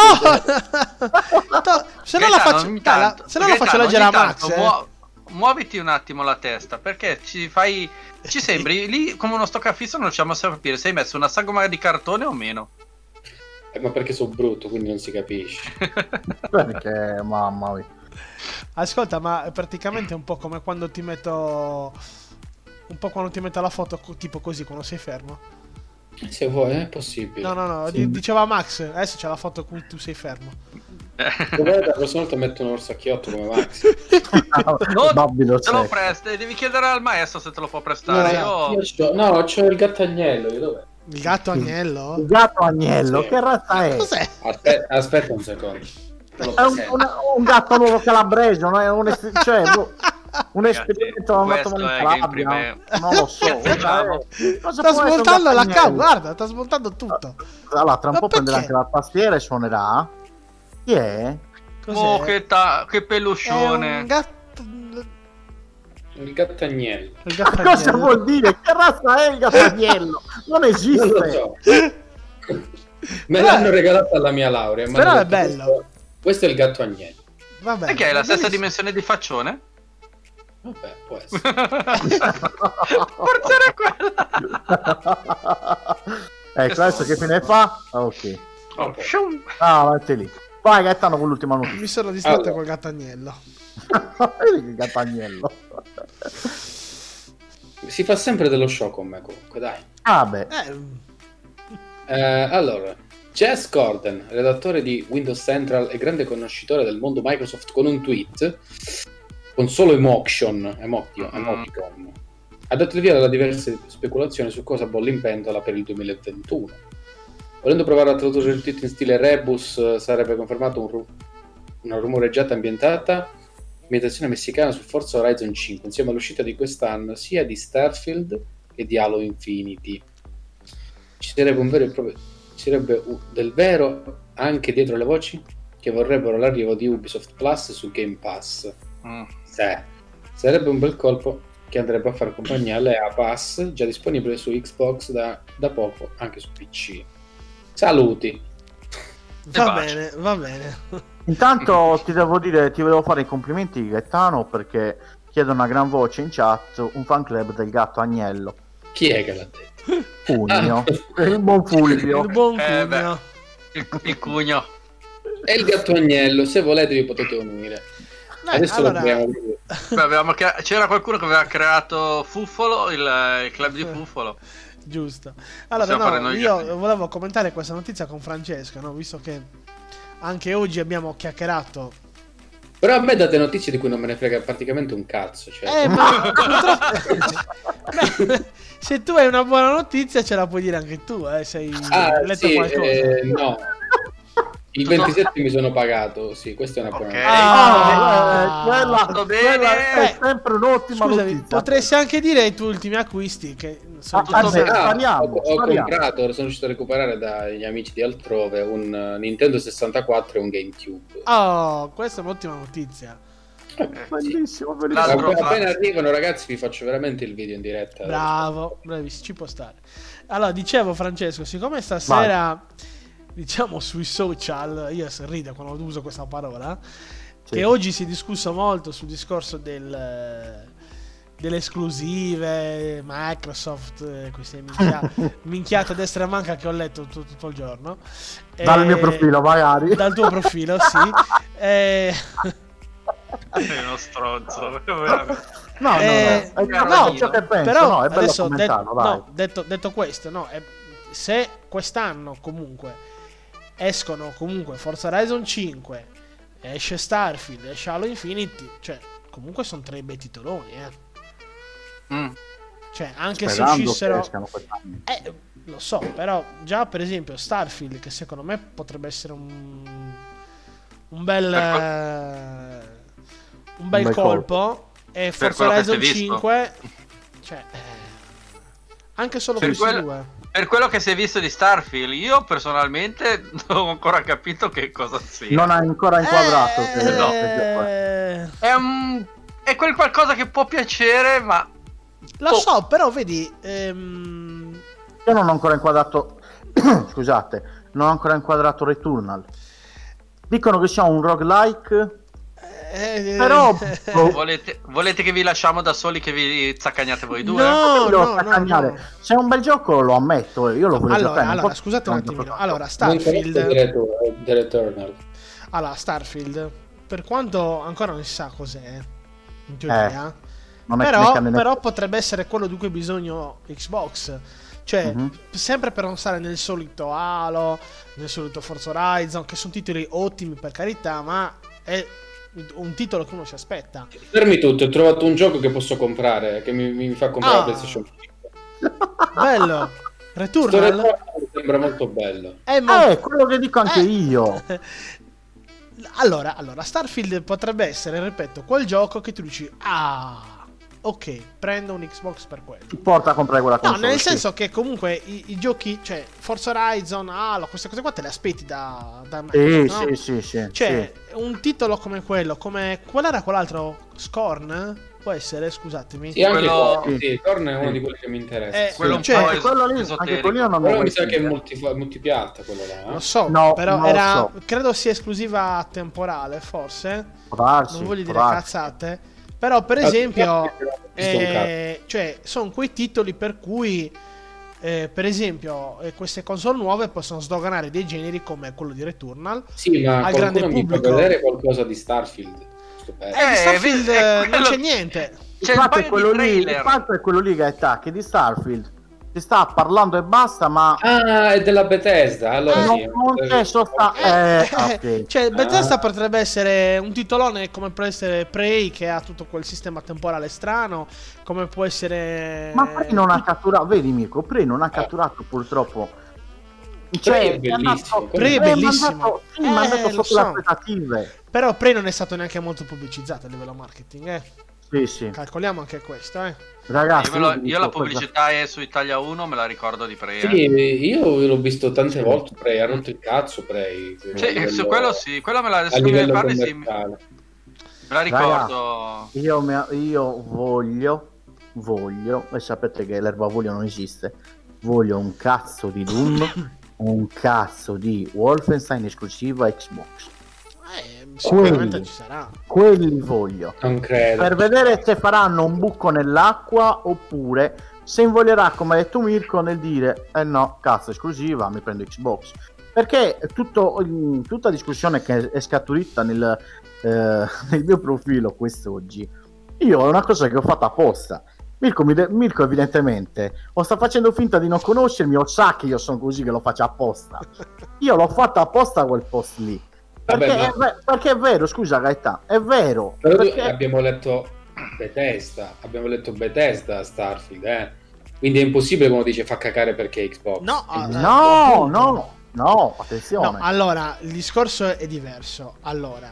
[SPEAKER 3] Se non la faccio leggere a Max.
[SPEAKER 5] Muoviti un attimo la testa, perché ci sembri lì come uno stoccafisso, non riusciamo a capire se hai messo una sagoma di cartone o meno.
[SPEAKER 4] Ma perché sono brutto, quindi non si capisce.
[SPEAKER 2] Perché, mamma mia.
[SPEAKER 3] Ascolta, ma praticamente è un po' come quando ti metto la foto tipo così quando sei fermo.
[SPEAKER 4] Se vuoi, è possibile.
[SPEAKER 3] No,
[SPEAKER 2] Sì.
[SPEAKER 3] diceva Max, adesso c'è la foto con tu sei fermo.
[SPEAKER 4] Dov'è? La prossima volta metto un orsacchiotto come Max.
[SPEAKER 2] Babbi lo
[SPEAKER 5] te lo
[SPEAKER 2] sai.
[SPEAKER 5] presta, devi chiedere al maestro se te lo può prestare. Io...
[SPEAKER 4] c'ho il gatto agnello. Io dov'è?
[SPEAKER 3] Il gatto agnello?
[SPEAKER 2] Il gatto agnello,
[SPEAKER 4] Sì.
[SPEAKER 2] che razza è?
[SPEAKER 3] Cos'è?
[SPEAKER 4] Aspetta un secondo.
[SPEAKER 2] È un gatto nuovo calabrese, non è un esperimento
[SPEAKER 5] questo
[SPEAKER 2] andato in
[SPEAKER 5] è
[SPEAKER 2] Calabria.
[SPEAKER 5] Game
[SPEAKER 2] Non lo so.
[SPEAKER 5] Facciamo.
[SPEAKER 2] Cosa
[SPEAKER 3] Sta
[SPEAKER 2] può essere un
[SPEAKER 3] smontando la
[SPEAKER 2] gatto
[SPEAKER 3] cam,
[SPEAKER 2] agnello?
[SPEAKER 3] guarda, sta smontando tutto.
[SPEAKER 2] Allora, tra un
[SPEAKER 3] Ma
[SPEAKER 2] po' prenderà
[SPEAKER 3] perché?
[SPEAKER 2] anche la tastiera e suonerà. Chi è?
[SPEAKER 3] Cos'è?
[SPEAKER 5] Oh, che
[SPEAKER 3] È
[SPEAKER 5] peluscione.
[SPEAKER 3] un gatto...
[SPEAKER 4] Il gatto agnello.
[SPEAKER 3] Il gatto
[SPEAKER 2] Cosa
[SPEAKER 3] agnello.
[SPEAKER 2] vuol dire? Che razza è il gatto agnello? Non
[SPEAKER 4] Non
[SPEAKER 2] esiste.
[SPEAKER 4] lo so. Me
[SPEAKER 3] Però-
[SPEAKER 4] l'hanno regalato alla mia laurea. mi
[SPEAKER 3] Però
[SPEAKER 4] hanno
[SPEAKER 3] è
[SPEAKER 4] detto,
[SPEAKER 3] bello.
[SPEAKER 4] Questo è il gatto agnello.
[SPEAKER 3] Vabbè.
[SPEAKER 5] Perché hai la stessa
[SPEAKER 3] bellissimo.
[SPEAKER 5] dimensione di faccione?
[SPEAKER 4] Vabbè, può essere.
[SPEAKER 5] Forse era quella.
[SPEAKER 2] Ecco, adesso che fine fa? Ok.
[SPEAKER 5] Oh, shum.
[SPEAKER 2] Ah, avanti lì. Vai Gaetano con l'ultima notizia.
[SPEAKER 3] Mi sono distratto
[SPEAKER 4] Allora.
[SPEAKER 3] col gatto agnello.
[SPEAKER 2] Vedi che gatto agnello.
[SPEAKER 4] Si fa sempre dello show con me comunque, dai.
[SPEAKER 2] Ah beh.
[SPEAKER 4] Allora, Jez Corden, redattore di Windows Central e grande conoscitore del mondo Microsoft, con un tweet con solo emoticon, ha dato il via alla diverse speculazioni su cosa bolle in pentola per il 2021. Volendo provare a tradurre il tweet in stile rebus, sarebbe confermato una rumoreggiata ambientazione messicana su Forza Horizon 5 insieme all'uscita di quest'anno sia di Starfield che di Halo Infinity. Ci sarebbe del vero anche dietro le voci che vorrebbero l'arrivo di Ubisoft Plus su Game Pass. Sarebbe un bel colpo che andrebbe a fare compagnia alle EA Pass, già disponibile su Xbox da poco anche su PC. Saluti.
[SPEAKER 3] Va bene, va bene.
[SPEAKER 2] Intanto ti volevo fare i complimenti Gaetano perché chiedono a gran voce in chat un fan club del gatto agnello.
[SPEAKER 4] Chi è che l'ha detto?
[SPEAKER 2] Cugno. Il buon Fulvio.
[SPEAKER 3] Il buon
[SPEAKER 5] beh.
[SPEAKER 3] cugno.
[SPEAKER 5] Il cugno.
[SPEAKER 4] È il gatto agnello, se volete vi potete unire. Adesso
[SPEAKER 3] allora,
[SPEAKER 4] lo creiamo.
[SPEAKER 5] Beh, c'era qualcuno che aveva creato Fuffolo, il club di Fuffolo.
[SPEAKER 3] giusto.
[SPEAKER 5] Possiamo fare
[SPEAKER 3] Allora,
[SPEAKER 5] noi
[SPEAKER 3] io volevo commentare questa notizia con Francesco, no? Visto che anche oggi abbiamo chiacchierato.
[SPEAKER 4] Però a me date notizie di cui non me ne frega praticamente un cazzo. Cioè.
[SPEAKER 3] Ma purtroppo... Beh, se tu hai una buona notizia ce la puoi dire anche tu, se hai letto
[SPEAKER 4] sì,
[SPEAKER 3] qualcosa.
[SPEAKER 4] no. Il 27 mi sono pagato, sì, questa è una buona
[SPEAKER 5] Ok.
[SPEAKER 3] Ah.
[SPEAKER 2] Quella
[SPEAKER 5] bene.
[SPEAKER 2] è sempre un'ottima
[SPEAKER 3] Scusami,
[SPEAKER 2] notizia.
[SPEAKER 3] potresti anche dire i tuoi ultimi acquisti che sono
[SPEAKER 2] Ah,
[SPEAKER 3] tutti-
[SPEAKER 2] beh, spariamo.
[SPEAKER 4] Ho comprato, sono riuscito a recuperare dagli amici di altrove un Nintendo 64 e un GameCube.
[SPEAKER 3] Oh, questa è un'ottima notizia.
[SPEAKER 2] Bellissimo, bellissimo.
[SPEAKER 5] L'altro
[SPEAKER 4] Appena arrivano ragazzi vi faccio veramente il video in diretta.
[SPEAKER 3] Bravo, bravissimo, ci può stare. Allora, dicevo Francesco, siccome stasera diciamo sui social, io rido quando uso questa parola, che oggi si è discusso molto sul discorso delle esclusive Microsoft, queste minchiate a destra e a manca che ho letto tutto il giorno
[SPEAKER 2] Dal mio profilo magari.
[SPEAKER 3] dal tuo profilo, sì.
[SPEAKER 5] Sei uno stronzo.
[SPEAKER 2] No, ciò che penso,
[SPEAKER 3] però
[SPEAKER 2] no, è bello
[SPEAKER 3] adesso
[SPEAKER 2] commentarlo, dai.
[SPEAKER 3] detto questo, no, se quest'anno comunque escono comunque Forza Horizon 5, esce Starfield, esce Halo Infinity, cioè comunque sono 3 bei titoloni, cioè anche
[SPEAKER 2] Sperando
[SPEAKER 3] se uscissero
[SPEAKER 2] che escano quest'anno.
[SPEAKER 3] lo so, però già per esempio Starfield, che secondo me potrebbe essere un bel colpo, e Forza Horizon 5, cioè anche solo
[SPEAKER 5] Per
[SPEAKER 3] questi
[SPEAKER 5] quello-
[SPEAKER 3] due.
[SPEAKER 5] Per quello che si è visto di Starfield, io personalmente non ho ancora capito che cosa sia.
[SPEAKER 2] Non hai ancora inquadrato.
[SPEAKER 5] È quel qualcosa che può piacere, ma
[SPEAKER 3] Lo so, però vedi,
[SPEAKER 2] Io non ho ancora inquadrato. Scusate, non ho ancora inquadrato Returnal. Dicono che sia un roguelike. Però
[SPEAKER 5] volete che vi lasciamo da soli, che vi zaccagnate voi due?
[SPEAKER 3] no.
[SPEAKER 2] Se è un bel gioco lo ammetto, io lo voglio giocare.
[SPEAKER 3] Allora, scusate un attimino. Allora,
[SPEAKER 4] Non
[SPEAKER 3] Starfield.
[SPEAKER 4] conosco The Returnal.
[SPEAKER 3] Allora, Starfield, per quanto ancora non si sa cos'è, in teoria,
[SPEAKER 2] non è che ne cambia
[SPEAKER 3] però potrebbe essere quello di cui ha bisogno Xbox. Cioè, sempre per non stare nel solito Halo, nel solito Forza Horizon, che sono titoli ottimi per carità, ma è un titolo che uno si aspetta.
[SPEAKER 4] Fermi tutto, ho trovato un gioco che posso comprare, che mi fa comprare la PlayStation 5.
[SPEAKER 3] Bello. Returnal
[SPEAKER 4] mi sembra molto bello.
[SPEAKER 2] Quello che dico anche io.
[SPEAKER 3] Allora, Starfield potrebbe essere, ripeto, quel gioco che tu dici ok, prendo un Xbox per quello.
[SPEAKER 2] Ti porta a comprare quella console.
[SPEAKER 3] No, nel senso che comunque i giochi, cioè Forza Horizon, queste cose qua te le aspetti da Microsoft, no?
[SPEAKER 2] Sì.
[SPEAKER 3] Cioè, un titolo come quello, come qual era quell'altro? Scorn? Può essere, scusatemi.
[SPEAKER 4] Sì, anche Scorn è uno di quelli che mi interessa.
[SPEAKER 5] Quello
[SPEAKER 2] lì, anche quello non
[SPEAKER 4] mi sa che è multipiatta quello là.
[SPEAKER 3] Lo so, però credo sia esclusiva temporale, forse. Non voglio dire cazzate. Però per esempio cioè sono quei titoli per cui per esempio queste console nuove possono sdoganare dei generi come quello di Returnal.
[SPEAKER 4] Sì, ma
[SPEAKER 3] al grande pubblico.
[SPEAKER 4] Mi fa vedere qualcosa di Starfield.
[SPEAKER 3] Di Starfield non c'è niente.
[SPEAKER 2] Il fatto è quello lì Gaetà, che di Starfield si sta parlando e basta, ma
[SPEAKER 4] è della Bethesda, allora
[SPEAKER 2] non c'è
[SPEAKER 3] okay. Cioè Bethesda potrebbe essere un titolone come può essere Prey, che ha tutto quel sistema temporale strano, come può essere,
[SPEAKER 2] ma Prey non ha catturato, vedi Mirko, Prey non ha catturato purtroppo.
[SPEAKER 4] Prey è bellissimo.
[SPEAKER 3] Prey è bellissimo.
[SPEAKER 2] Mi ha dato sotto le aspettative.
[SPEAKER 3] Però Prey non è stato neanche molto pubblicizzato a livello marketing,
[SPEAKER 2] Sì.
[SPEAKER 3] Calcoliamo anche questo,
[SPEAKER 2] Ragazzi,
[SPEAKER 5] io la pubblicità è su Italia 1, me la ricordo di Prey.
[SPEAKER 4] Sì, io l'ho visto tante volte Prey, ha rotto il cazzo Prey.
[SPEAKER 5] Su quello sì, quello me la adesso me ne parli, sì. Me la ricordo.
[SPEAKER 2] Ragazzi, io voglio, e sapete che l'erbavoglio non esiste. Voglio un cazzo di Doom, un cazzo di Wolfenstein esclusiva Xbox.
[SPEAKER 3] Sicuramente ci sarà.
[SPEAKER 2] Quelli voglio.
[SPEAKER 4] Non credo.
[SPEAKER 2] Per vedere se faranno un buco nell'acqua oppure se invoglierà, come ha detto Mirko, nel dire no, cazzo, esclusiva, mi prendo Xbox. Perché tutta discussione che è scaturita nel mio profilo quest'oggi, io è una cosa che ho fatto apposta. Mirko evidentemente o sta facendo finta di non conoscermi o sa che io sono così, che lo faccio apposta. Io l'ho fatto apposta quel post lì. Perché è vero, scusa Gaetà, è vero.
[SPEAKER 4] Però abbiamo letto Bethesda Starfield, quindi è impossibile, come dice, fa cacare perché Xbox.
[SPEAKER 2] No, attenzione.
[SPEAKER 3] No, allora, il discorso è diverso. Allora,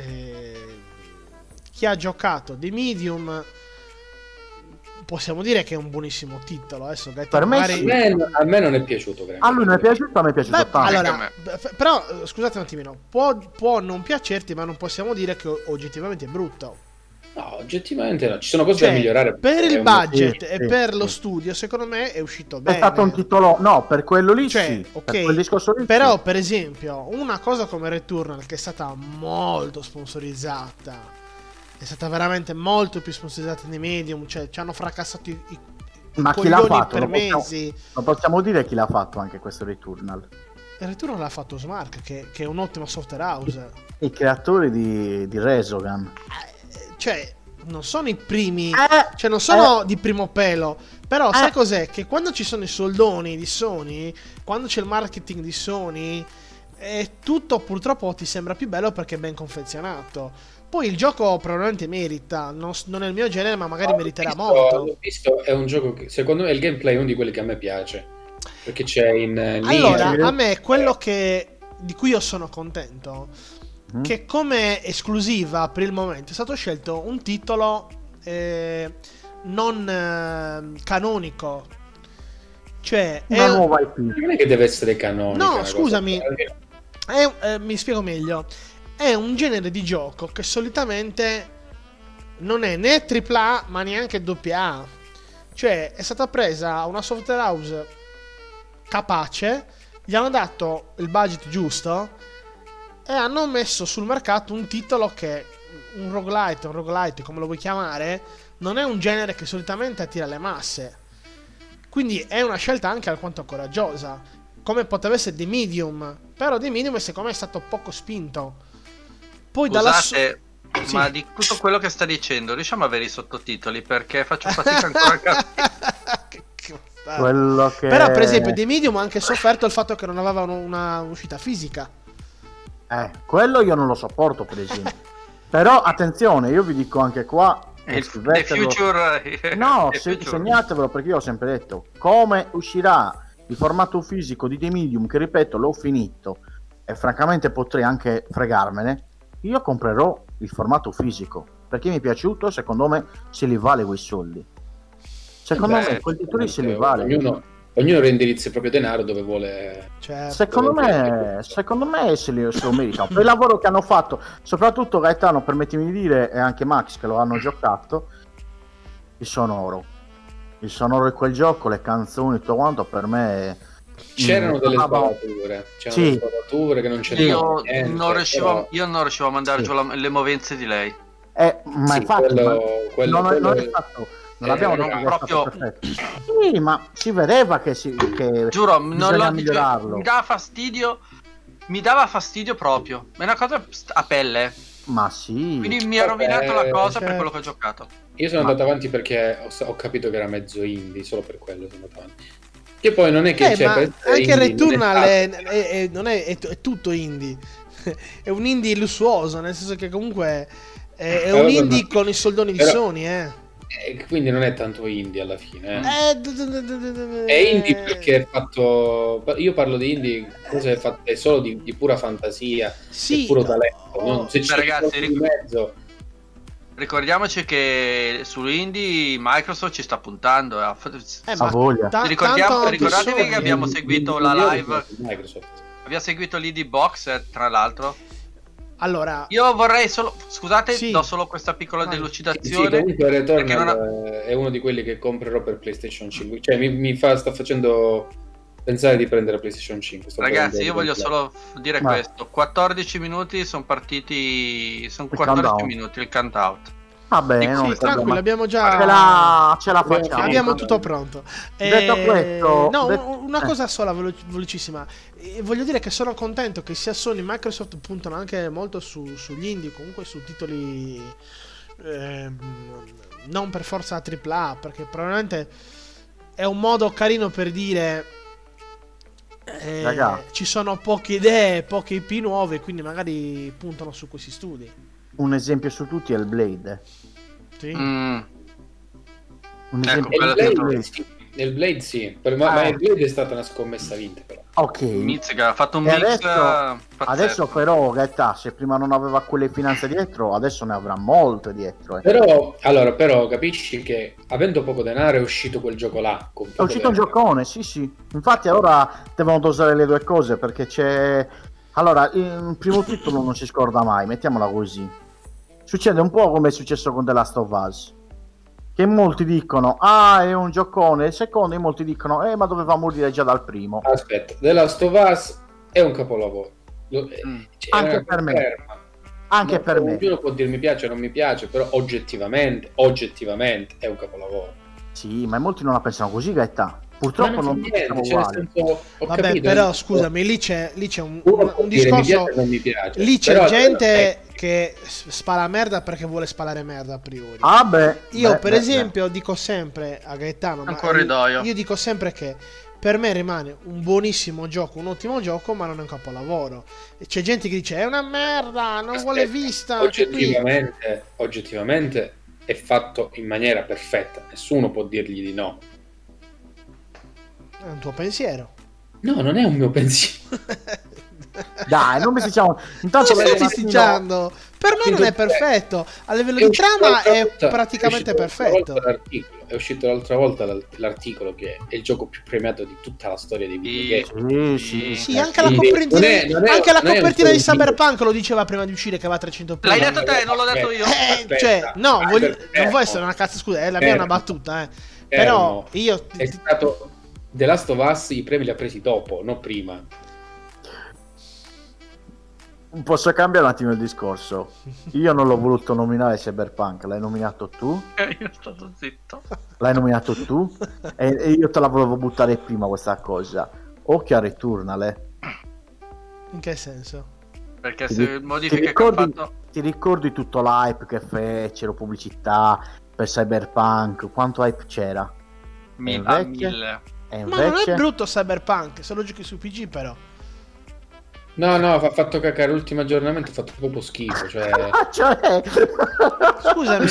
[SPEAKER 3] chi ha giocato The Medium possiamo dire che è un buonissimo titolo. Adesso
[SPEAKER 2] per me
[SPEAKER 4] a me non è piaciuto.
[SPEAKER 2] A lui non è piaciuto, a me è piaciuto tanto.
[SPEAKER 3] Allora, però scusate un attimino, può non piacerti, ma non possiamo dire che oggettivamente è brutto.
[SPEAKER 4] No, oggettivamente no, ci sono cose da migliorare.
[SPEAKER 3] Per il budget e per lo studio, secondo me è uscito bene.
[SPEAKER 2] È stato un titolo, no, per quello lì
[SPEAKER 3] sì,
[SPEAKER 2] ok. Per quel discorso lì
[SPEAKER 3] però
[SPEAKER 2] sì.
[SPEAKER 3] Per esempio, una cosa come Returnal, che è stata molto sponsorizzata, è stata veramente molto più sponsorizzata nei Medium, cioè ci hanno fracassato i
[SPEAKER 2] ma chi l'ha fatto?
[SPEAKER 3] Per mesi.
[SPEAKER 2] Lo possiamo dire chi l'ha fatto anche questo Returnal?
[SPEAKER 3] Il Returnal l'ha fatto Smark, che è un ottimo software house.
[SPEAKER 2] I creatori di Resogun.
[SPEAKER 3] Cioè, non sono i primi, cioè non sono di primo pelo. Però sai cos'è? Che quando ci sono i soldoni di Sony, quando c'è il marketing di Sony, tutto purtroppo ti sembra più bello perché è ben confezionato. Poi il gioco probabilmente merita, non è il mio genere, ma magari meriterà molto.
[SPEAKER 4] L'ho visto, è un gioco che secondo me il gameplay è uno di quelli che a me piace, perché c'è in
[SPEAKER 3] allora, a me quello di cui io sono contento, che come esclusiva per il momento è stato scelto un titolo non canonico. Cioè
[SPEAKER 2] una nuova IP.
[SPEAKER 4] Non è che deve essere canonico.
[SPEAKER 3] No, scusami, mi spiego meglio. È un genere di gioco che solitamente non è né AAA ma neanche AA. Cioè è stata presa una software house capace, gli hanno dato il budget giusto e hanno messo sul mercato un titolo che un roguelite, come lo vuoi chiamare, non è un genere che solitamente attira le masse. Quindi è una scelta anche alquanto coraggiosa, come poteva essere The Medium. Però The Medium secondo me è stato poco spinto. Poi
[SPEAKER 5] scusate, ma di tutto quello che sta dicendo riusciamo a avere i sottotitoli, perché faccio fatica ancora a capire.
[SPEAKER 2] Quello che...
[SPEAKER 3] Però per esempio The Medium ha anche sofferto il fatto che non aveva una uscita fisica.
[SPEAKER 2] Quello io non lo sopporto, per esempio. Però attenzione, io vi dico anche qua,
[SPEAKER 5] The Future.
[SPEAKER 2] no, segnatevelo, perché io ho sempre detto, come uscirà il formato fisico di The Medium, che ripeto l'ho finito e francamente potrei anche fregarmene, io comprerò il formato fisico perché mi è piaciuto, secondo me se li vale quei soldi. Secondo me quel titolo se li vale.
[SPEAKER 4] Ognuno reindirizza il proprio denaro dove vuole.
[SPEAKER 3] Certo.
[SPEAKER 2] Secondo me se lo meritano. Per il lavoro che hanno fatto, soprattutto Gaetano, permettimi di dire, e anche Max che lo hanno giocato, il sonoro di quel gioco, le canzoni, tutto quanto, per me
[SPEAKER 4] c'erano delle sbavature che non c'erano.
[SPEAKER 5] Io non riuscivo a mandare giù le movenze di lei.
[SPEAKER 2] Ma infatti non è stato. Non abbiamo
[SPEAKER 5] proprio.
[SPEAKER 2] Sì, ma si vedeva che
[SPEAKER 5] giuro, non lo
[SPEAKER 2] migliorarlo.
[SPEAKER 5] Mi dava fastidio proprio. È una cosa a pelle.
[SPEAKER 2] Ma sì.
[SPEAKER 5] Quindi mi ha rovinato la cosa per quello che ho giocato.
[SPEAKER 4] Io sono andato avanti perché ho capito che era mezzo indie, solo per quello sono andato avanti. Che poi non è che c'è
[SPEAKER 3] anche Returnal è tutto indie. È un indie lussuoso, nel senso che comunque è un indie con i soldoni di Sony,
[SPEAKER 4] quindi non è tanto indie alla fine. È indie perché è fatto. Io parlo di indie, cose fatte solo di pura fantasia, di puro talento. Se c'è
[SPEAKER 5] ragazzi,
[SPEAKER 4] di mezzo.
[SPEAKER 5] Ricordiamoci che su indie Microsoft ci sta puntando.
[SPEAKER 2] Voglia.
[SPEAKER 5] Ricordatevi che abbiamo seguito la live.
[SPEAKER 4] Microsoft.
[SPEAKER 5] Abbiamo seguito l'ID Box, tra l'altro.
[SPEAKER 3] Allora,
[SPEAKER 5] io vorrei solo, scusate, do solo questa piccola delucidazione.
[SPEAKER 4] Comunque Returnal è uno di quelli che comprerò per PlayStation 5. Cioè sta facendo pensare di prendere PlayStation 5.
[SPEAKER 5] Ragazzi, io voglio solo dire questo: 14 minuti sono partiti. Sono 14 minuti il count out.
[SPEAKER 2] Va bene,
[SPEAKER 3] tranquillo, abbiamo già
[SPEAKER 2] ce la facciamo.
[SPEAKER 3] Abbiamo tutto pronto.
[SPEAKER 2] Detto questo,
[SPEAKER 3] una cosa sola velocissima. Voglio dire che sono contento che sia Sony e Microsoft puntano anche molto sugli indie, comunque su titoli non per forza AAA, perché probabilmente è un modo carino per dire ci sono poche idee, poche IP nuove, quindi magari puntano su questi studi.
[SPEAKER 2] Un esempio su tutti è il Blade.
[SPEAKER 3] Sì.
[SPEAKER 2] Un esempio
[SPEAKER 4] nel Blade sì, ma il Blade è stata una scommessa vinta però.
[SPEAKER 2] Ok.
[SPEAKER 5] Mizzica ha fatto un mix
[SPEAKER 2] adesso però Gaetà, se prima non aveva quelle finanze dietro, adesso ne avrà molte dietro.
[SPEAKER 4] Però capisci che avendo poco denaro è uscito quel gioco là.
[SPEAKER 2] È uscito un giocone, sì. Infatti ora devono dosare le due cose, perché c'è... Allora, il primo titolo non si scorda mai, mettiamola così. Succede un po' come è successo con The Last of Us, che molti dicono è un giocone, il secondo, e molti dicono ma doveva morire già dal primo.
[SPEAKER 4] Aspetta, The Last of Us è un capolavoro.
[SPEAKER 2] Anche per me. Anche per me.
[SPEAKER 4] Ognuno può dire mi piace o non mi piace, però oggettivamente è un capolavoro.
[SPEAKER 2] Sì, ma molti non la pensano così, Gaetà. Purtroppo non
[SPEAKER 4] siamo uguali.
[SPEAKER 3] Vabbè, capito, però scusami, lì c'è un discorso.
[SPEAKER 4] Non mi piace.
[SPEAKER 3] Lì c'è però, gente che spara merda perché vuole spalare merda a priori. Io per esempio dico sempre a Gaetano, io dico sempre che per me rimane un buonissimo gioco, un ottimo gioco, ma non è un capolavoro. E c'è gente che dice è una merda, non vuole vista.
[SPEAKER 4] Oggettivamente è fatto in maniera perfetta, nessuno può dirgli di no.
[SPEAKER 3] È un tuo pensiero.
[SPEAKER 4] No, non è un mio pensiero.
[SPEAKER 2] Dai, non mi diciamo. Intanto
[SPEAKER 3] stai dicendo. Per me non è perfetto. A livello di trama è praticamente perfetto.
[SPEAKER 4] È uscito l'altra volta l'articolo che è il gioco più premiato di tutta la storia dei videogame.
[SPEAKER 3] Sì, anche la copertina di Cyberpunk lo diceva prima di uscire che aveva 300
[SPEAKER 5] punti. L'hai detto te, non l'ho detto io.
[SPEAKER 3] Non vuoi essere una cazzo, scusa, la mia è una battuta, però io
[SPEAKER 4] è stato The Last of Us, i premi li ha presi dopo, non prima.
[SPEAKER 2] Posso cambiare un attimo il discorso? Io non l'ho voluto nominare Cyberpunk, l'hai nominato tu?
[SPEAKER 5] Io stato zitto.
[SPEAKER 2] L'hai nominato tu? e io te la volevo buttare prima questa cosa. Occhio a Returnal.
[SPEAKER 3] In che senso?
[SPEAKER 5] Perché se modifiche che ha fatto...
[SPEAKER 2] Ti ricordi tutto l'hype che fecero, pubblicità per Cyberpunk? Quanto hype c'era?
[SPEAKER 5] Mi va 1000.
[SPEAKER 3] Ma non è brutto Cyberpunk, se lo giochi su PC però.
[SPEAKER 4] No, ha fatto cacare l'ultimo aggiornamento, ha fatto proprio schifo.
[SPEAKER 3] Scusami,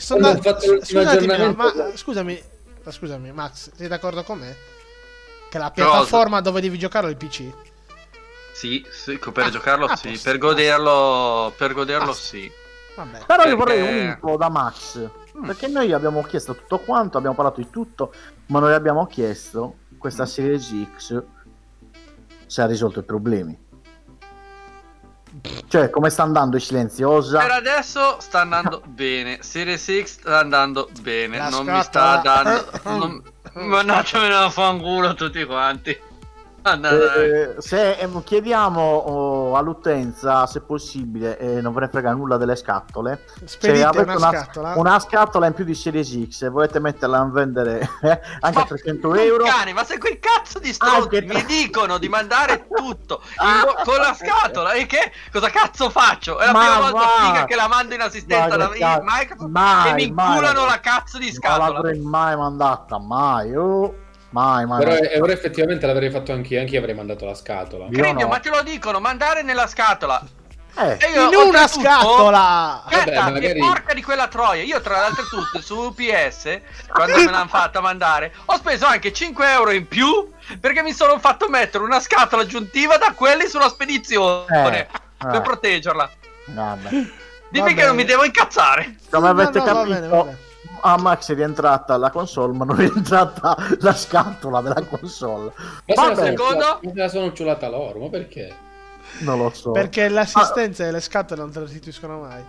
[SPEAKER 3] scusami, Max, sei d'accordo con me? Che la piattaforma dove devi giocarlo è il PC?
[SPEAKER 5] Sì, per giocarlo sì, per goderlo sì.
[SPEAKER 2] Vabbè. Però io vorrei un info da Max, perché noi abbiamo chiesto tutto quanto, abbiamo parlato di tutto, ma noi abbiamo chiesto questa Series X se ha risolto i problemi. Cioè, come sta andando silenziosa?
[SPEAKER 5] Per adesso sta andando bene. Series X sta andando bene. Mi sta dando. Mandatemi a fanculo tutti quanti.
[SPEAKER 2] Se chiediamo all'utenza, se possibile, non ve ne frega nulla delle scatole,
[SPEAKER 3] spedite
[SPEAKER 2] una scatola in più di Series X e volete metterla a vendere anche a 300 euro.
[SPEAKER 5] Cane, ma se quei cazzo di stronzi mi dicono di mandare tutto con la scatola, e che cosa cazzo faccio? È la prima volta figa che la mando in assistenza da Microsoft e mi inculano la cazzo di scatola.
[SPEAKER 2] Non l'avrei mai mandata, mai.
[SPEAKER 4] Però effettivamente l'avrei fatto anch'io avrei mandato la scatola.
[SPEAKER 5] Cremio, ma te lo dicono, mandare nella scatola.
[SPEAKER 3] In una scatola!
[SPEAKER 5] Aspetta, che porca di quella troia. Io tra l'altro su UPS, quando me l'hanno fatta mandare, ho speso anche 5 euro in più perché mi sono fatto mettere una scatola aggiuntiva da quelli sulla spedizione per proteggerla. Dimmi che non mi devo incazzare.
[SPEAKER 2] Come avete capito, a Max è rientrata la console, ma non è rientrata la scatola della console.
[SPEAKER 4] Ma secondo? Me la sono ciulata loro, ma perché?
[SPEAKER 2] Non lo so.
[SPEAKER 3] Perché l'assistenza e le scatole non te le restituiscono mai.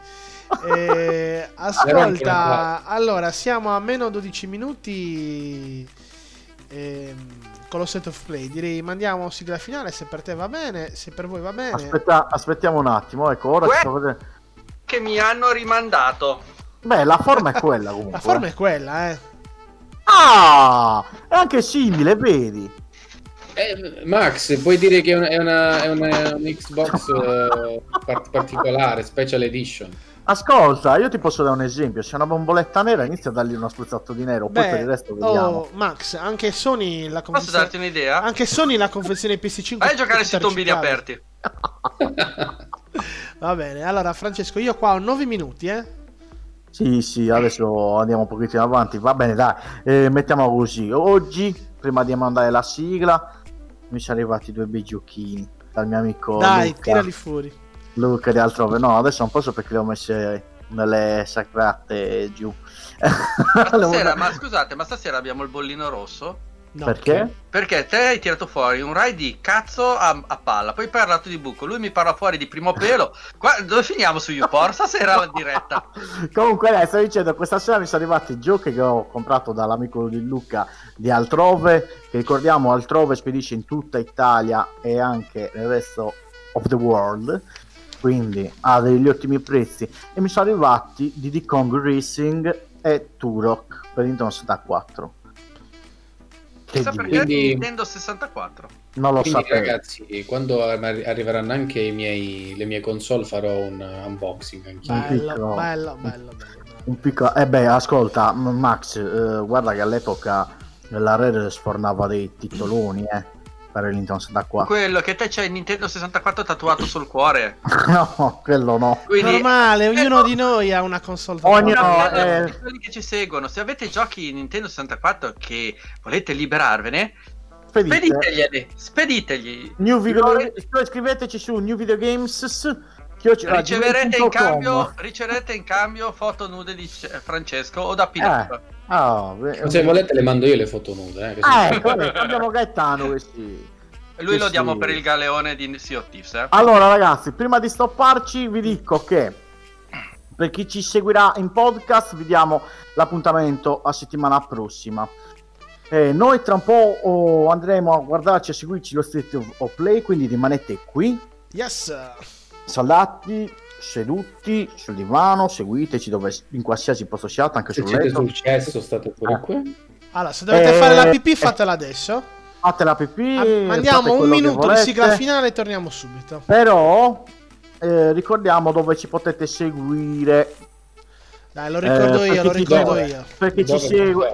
[SPEAKER 3] Ascolta, allora siamo a meno 12 minuti con lo State of Play. Direi mandiamo sigla finale, se per te va bene, se per voi va bene.
[SPEAKER 2] Aspettiamo un attimo, ecco, ora
[SPEAKER 5] che mi hanno rimandato.
[SPEAKER 2] Beh, la forma è quella comunque.
[SPEAKER 3] La forma è quella,
[SPEAKER 2] Ah, è anche simile, vedi?
[SPEAKER 4] Max, puoi dire che è un Xbox particolare, special edition.
[SPEAKER 2] Ascolta, io ti posso dare un esempio. Se una bomboletta nera, inizia a dargli uno spruzzato di nero. Poi per il resto vediamo.
[SPEAKER 3] Max, anche Sony la confezione.
[SPEAKER 5] Posso darti un'idea?
[SPEAKER 3] Anche Sony la confezione PS5.
[SPEAKER 5] Vai a giocare sui tombini aperti.
[SPEAKER 3] Va bene, allora Francesco, io qua ho 9 minuti,
[SPEAKER 2] Sì, adesso andiamo un pochettino avanti. Va bene, dai, mettiamo così. Oggi, prima di mandare la sigla, mi sono arrivati 2 bei giochini dal mio amico Luca.
[SPEAKER 3] Tirali fuori.
[SPEAKER 2] Luca di altrove. No, adesso non posso perché le ho messe nelle sacrate giù.
[SPEAKER 5] Ma scusate, ma stasera abbiamo il bollino rosso?
[SPEAKER 3] No.
[SPEAKER 2] Perché?
[SPEAKER 5] Perché te hai tirato fuori un raid di cazzo a palla, poi hai parlato di buco, lui mi parla fuori di primo pelo. Dove finiamo su YouPorn? Stasera la diretta.
[SPEAKER 2] Comunque, stavo dicendo, questa sera mi sono arrivati giochi che ho comprato dall'amico di Luca di Altrove, che ricordiamo Altrove spedisce in tutta Italia e anche nel resto of the world, quindi ha degli ottimi prezzi, e mi sono arrivati di Kong Racing e Turok per Nintendo 64.
[SPEAKER 5] Chissà perché Nintendo 64.
[SPEAKER 2] Non lo so,
[SPEAKER 4] ragazzi, quando arriveranno anche le mie console farò un unboxing anch'io.
[SPEAKER 3] Bello.
[SPEAKER 2] Un piccolo. Ascolta, Max, guarda che all'epoca la Rare sfornava dei titoloni, per il Nintendo 64.
[SPEAKER 5] Quello che te c'hai il Nintendo 64 tatuato sul cuore.
[SPEAKER 2] No, quello no.
[SPEAKER 3] Quindi, normale, ognuno di noi ha una console.
[SPEAKER 5] Quelli che ci seguono, se avete giochi Nintendo 64 che volete liberarvene, speditegli.
[SPEAKER 2] Scriveteci su New Video Games.
[SPEAKER 5] Riceverete in cambio foto nude di Francesco o da Pinocchio.
[SPEAKER 4] Se volete le mando io le foto nude.
[SPEAKER 2] Abbiamo Gaetano questi.
[SPEAKER 5] Lui lo diamo per il galeone di Sea of Thieves.
[SPEAKER 2] Allora ragazzi, prima di stopparci vi dico che per chi ci seguirà in podcast vi diamo l'appuntamento a settimana prossima. Noi tra un po' andremo a guardarci, a seguirci lo State of Play, quindi rimanete qui.
[SPEAKER 3] Yes.
[SPEAKER 2] Saldati, seduti sul divano, seguiteci in qualsiasi posto siate, anche sul letto.
[SPEAKER 4] Se siete successo state pure qui.
[SPEAKER 3] Allora, se dovete fare la pipì, fatela adesso.
[SPEAKER 2] Fate la pipì.
[SPEAKER 3] Mandiamo un minuto di sigla finale e torniamo subito.
[SPEAKER 2] Però ricordiamo dove ci potete seguire.
[SPEAKER 3] Dai, lo ricordo io.
[SPEAKER 2] Per chi ci segue.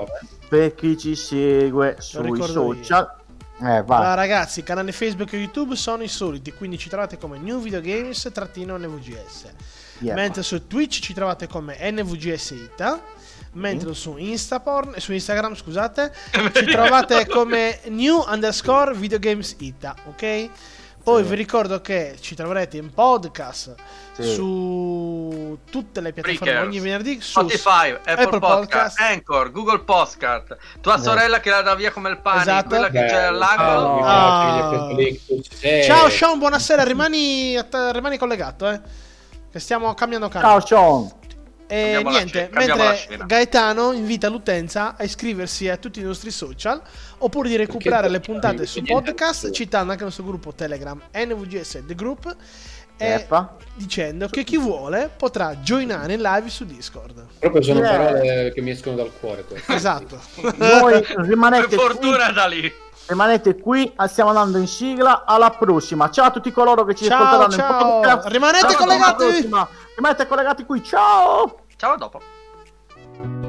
[SPEAKER 2] per chi ci segue sui social. Vai.
[SPEAKER 3] Allora, ragazzi, canale Facebook e YouTube sono i soliti, quindi ci trovate come New Video Games -NVGS. Mentre su Twitch ci trovate come NVGS Ita. Mentre su Instagram, scusate, ci trovate come New_Video Games Ita, ok? Poi vi ricordo che ci troverete in podcast su tutte le piattaforme
[SPEAKER 5] Breakers,
[SPEAKER 3] ogni venerdì, su
[SPEAKER 5] Spotify, Apple Podcast, Anchor, Google Podcast. Tua sorella che la dà via come il pane,
[SPEAKER 3] esatto.
[SPEAKER 5] quella che c'è all'angolo.
[SPEAKER 3] Ciao Sean, buonasera, rimani collegato, che stiamo cambiando canale.
[SPEAKER 2] Ciao Sean.
[SPEAKER 3] E niente, mentre Gaetano invita l'utenza a iscriversi a tutti i nostri social oppure di recuperare le puntate su podcast, citando anche il nostro gruppo Telegram NVGS The Group, e dicendo che chi vuole potrà joinare in live su Discord.
[SPEAKER 4] Proprio sono parole che mi escono dal cuore queste.
[SPEAKER 3] Esatto.
[SPEAKER 2] Voi rimanete
[SPEAKER 5] per fortuna
[SPEAKER 2] qui,
[SPEAKER 5] da lì.
[SPEAKER 2] rimanete qui, stiamo andando in sigla. Alla prossima. Ciao a tutti coloro che ci ascolteranno in podcast.
[SPEAKER 3] Rimanete collegati.
[SPEAKER 2] Rimanete collegati qui. Ciao.
[SPEAKER 5] Ciao, a dopo.